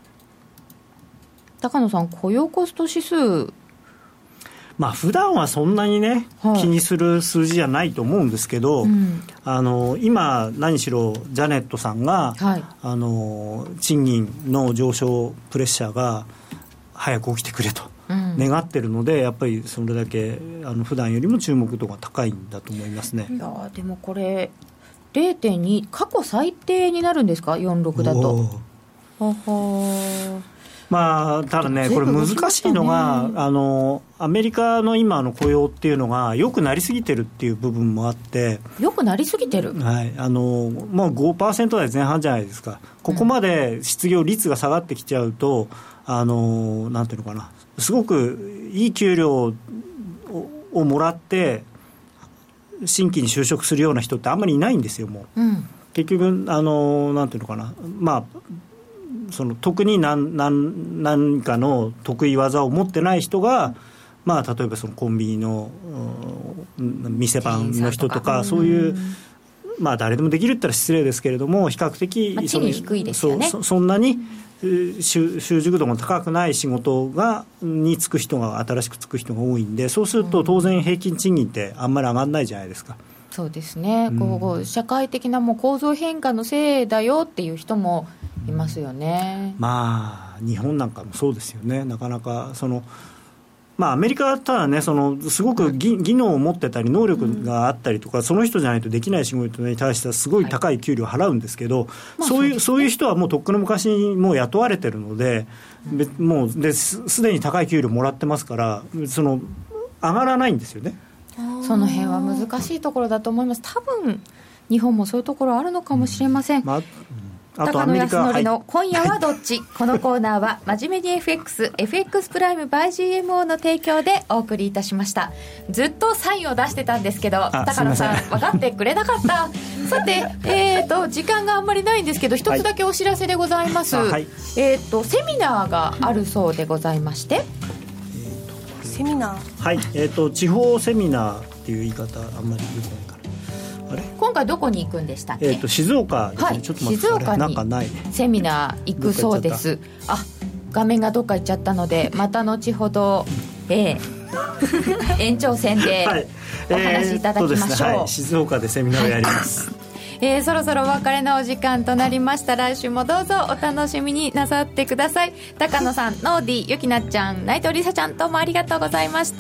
[SPEAKER 1] 高野さん、雇用コスト指数
[SPEAKER 2] まあ普段はそんなにね、はい、気にする数字じゃないと思うんですけど、うん、あの今何しろジャネットさんが、はい、あの賃金の上昇プレッシャーが早く起きてくれと願ってるので、うん、やっぱりそれだけあの普段よりも注目度が高いんだと思いますね。
[SPEAKER 1] いやでもこれ ゼロてんに 過去最低になるんですか。よんじゅうろくだと。はは
[SPEAKER 2] まあ、ただねこれ難しいのが、あのアメリカの今の雇用っていうのが良くなりすぎてるっていう部分もあって。
[SPEAKER 1] 良くなりすぎてる、
[SPEAKER 2] はい、あのもう ごパーセント 台前半じゃないですか。ここまで失業率が下がってきちゃうと、うん、あのなんていうのかな、すごくいい給料を、をもらって新規に就職するような人ってあんまりいないんですよもう、うん、結局あのなんていうのかな、まあその特に 何, 何, 何かの得意技を持ってない人が、まあ、例えばそのコンビニの店番の人とかそういう、まあ、誰でもできるって言ったら失礼ですけれども比較的、
[SPEAKER 1] まあ、地位低いですよね。
[SPEAKER 2] そ, そんなに習熟度も高くない仕事がに就く人が新しく就く人が多いんで、そうすると当然平均賃金ってあんまり上がらないじゃないですか。
[SPEAKER 1] そうですね、うん、こう社会的なもう構造変化のせいだよっていう人もいますよね。
[SPEAKER 2] まあ日本なんかもそうですよね。なかなかそのまあアメリカだったらね、そのすごく 技, 技能を持ってたり能力があったりとか、うん、その人じゃないとできない仕事に対してはすごい高い給料を払うんですけど、はい、そういう、そういう人はもうとっくの昔にもう雇われてるので、うん、もうですでに高い給料もらってますからその上がらないんですよね。
[SPEAKER 1] その辺は難しいところだと思います。多分日本もそういうところあるのかもしれません、うんまあ
[SPEAKER 2] あと
[SPEAKER 1] 高野康則の今夜はどっち、はい、このコーナーは真面目に エフエックス エフエックス プライム by ジーエムオー の提供でお送りいたしました。ずっとサインを出してたんですけど高野さん分かってくれなかったさて、えー、と時間があんまりないんですけど一つだけお知らせでございます、はい、えー、とセミナーがあるそうでございまして、
[SPEAKER 4] セミナー、
[SPEAKER 2] はい、えー、と地方セミナーっていう言い方あんまり言うじゃないかな。あれ
[SPEAKER 1] 今回どこに行くんでしたっけ。
[SPEAKER 2] えー、と静岡ですね、はい、ちょっと待って、
[SPEAKER 1] 静岡
[SPEAKER 2] なんかない
[SPEAKER 1] セミナー行くそうです。あ、画面がどっか行っちゃったのでまた後ほど、えー、延長戦でお話しいただきましょう、えーですね、はい、
[SPEAKER 2] 静岡でセミナーをやります
[SPEAKER 1] えー、そろそろお別れのお時間となりました。来週もどうぞお楽しみになさってください。高野さん、ノーディー、ゆきなっちゃん、内藤りさちゃん、どうもありがとうございました。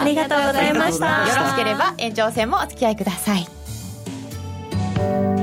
[SPEAKER 6] ありがとうございました。
[SPEAKER 1] よろしければ延長戦もお付き合いください。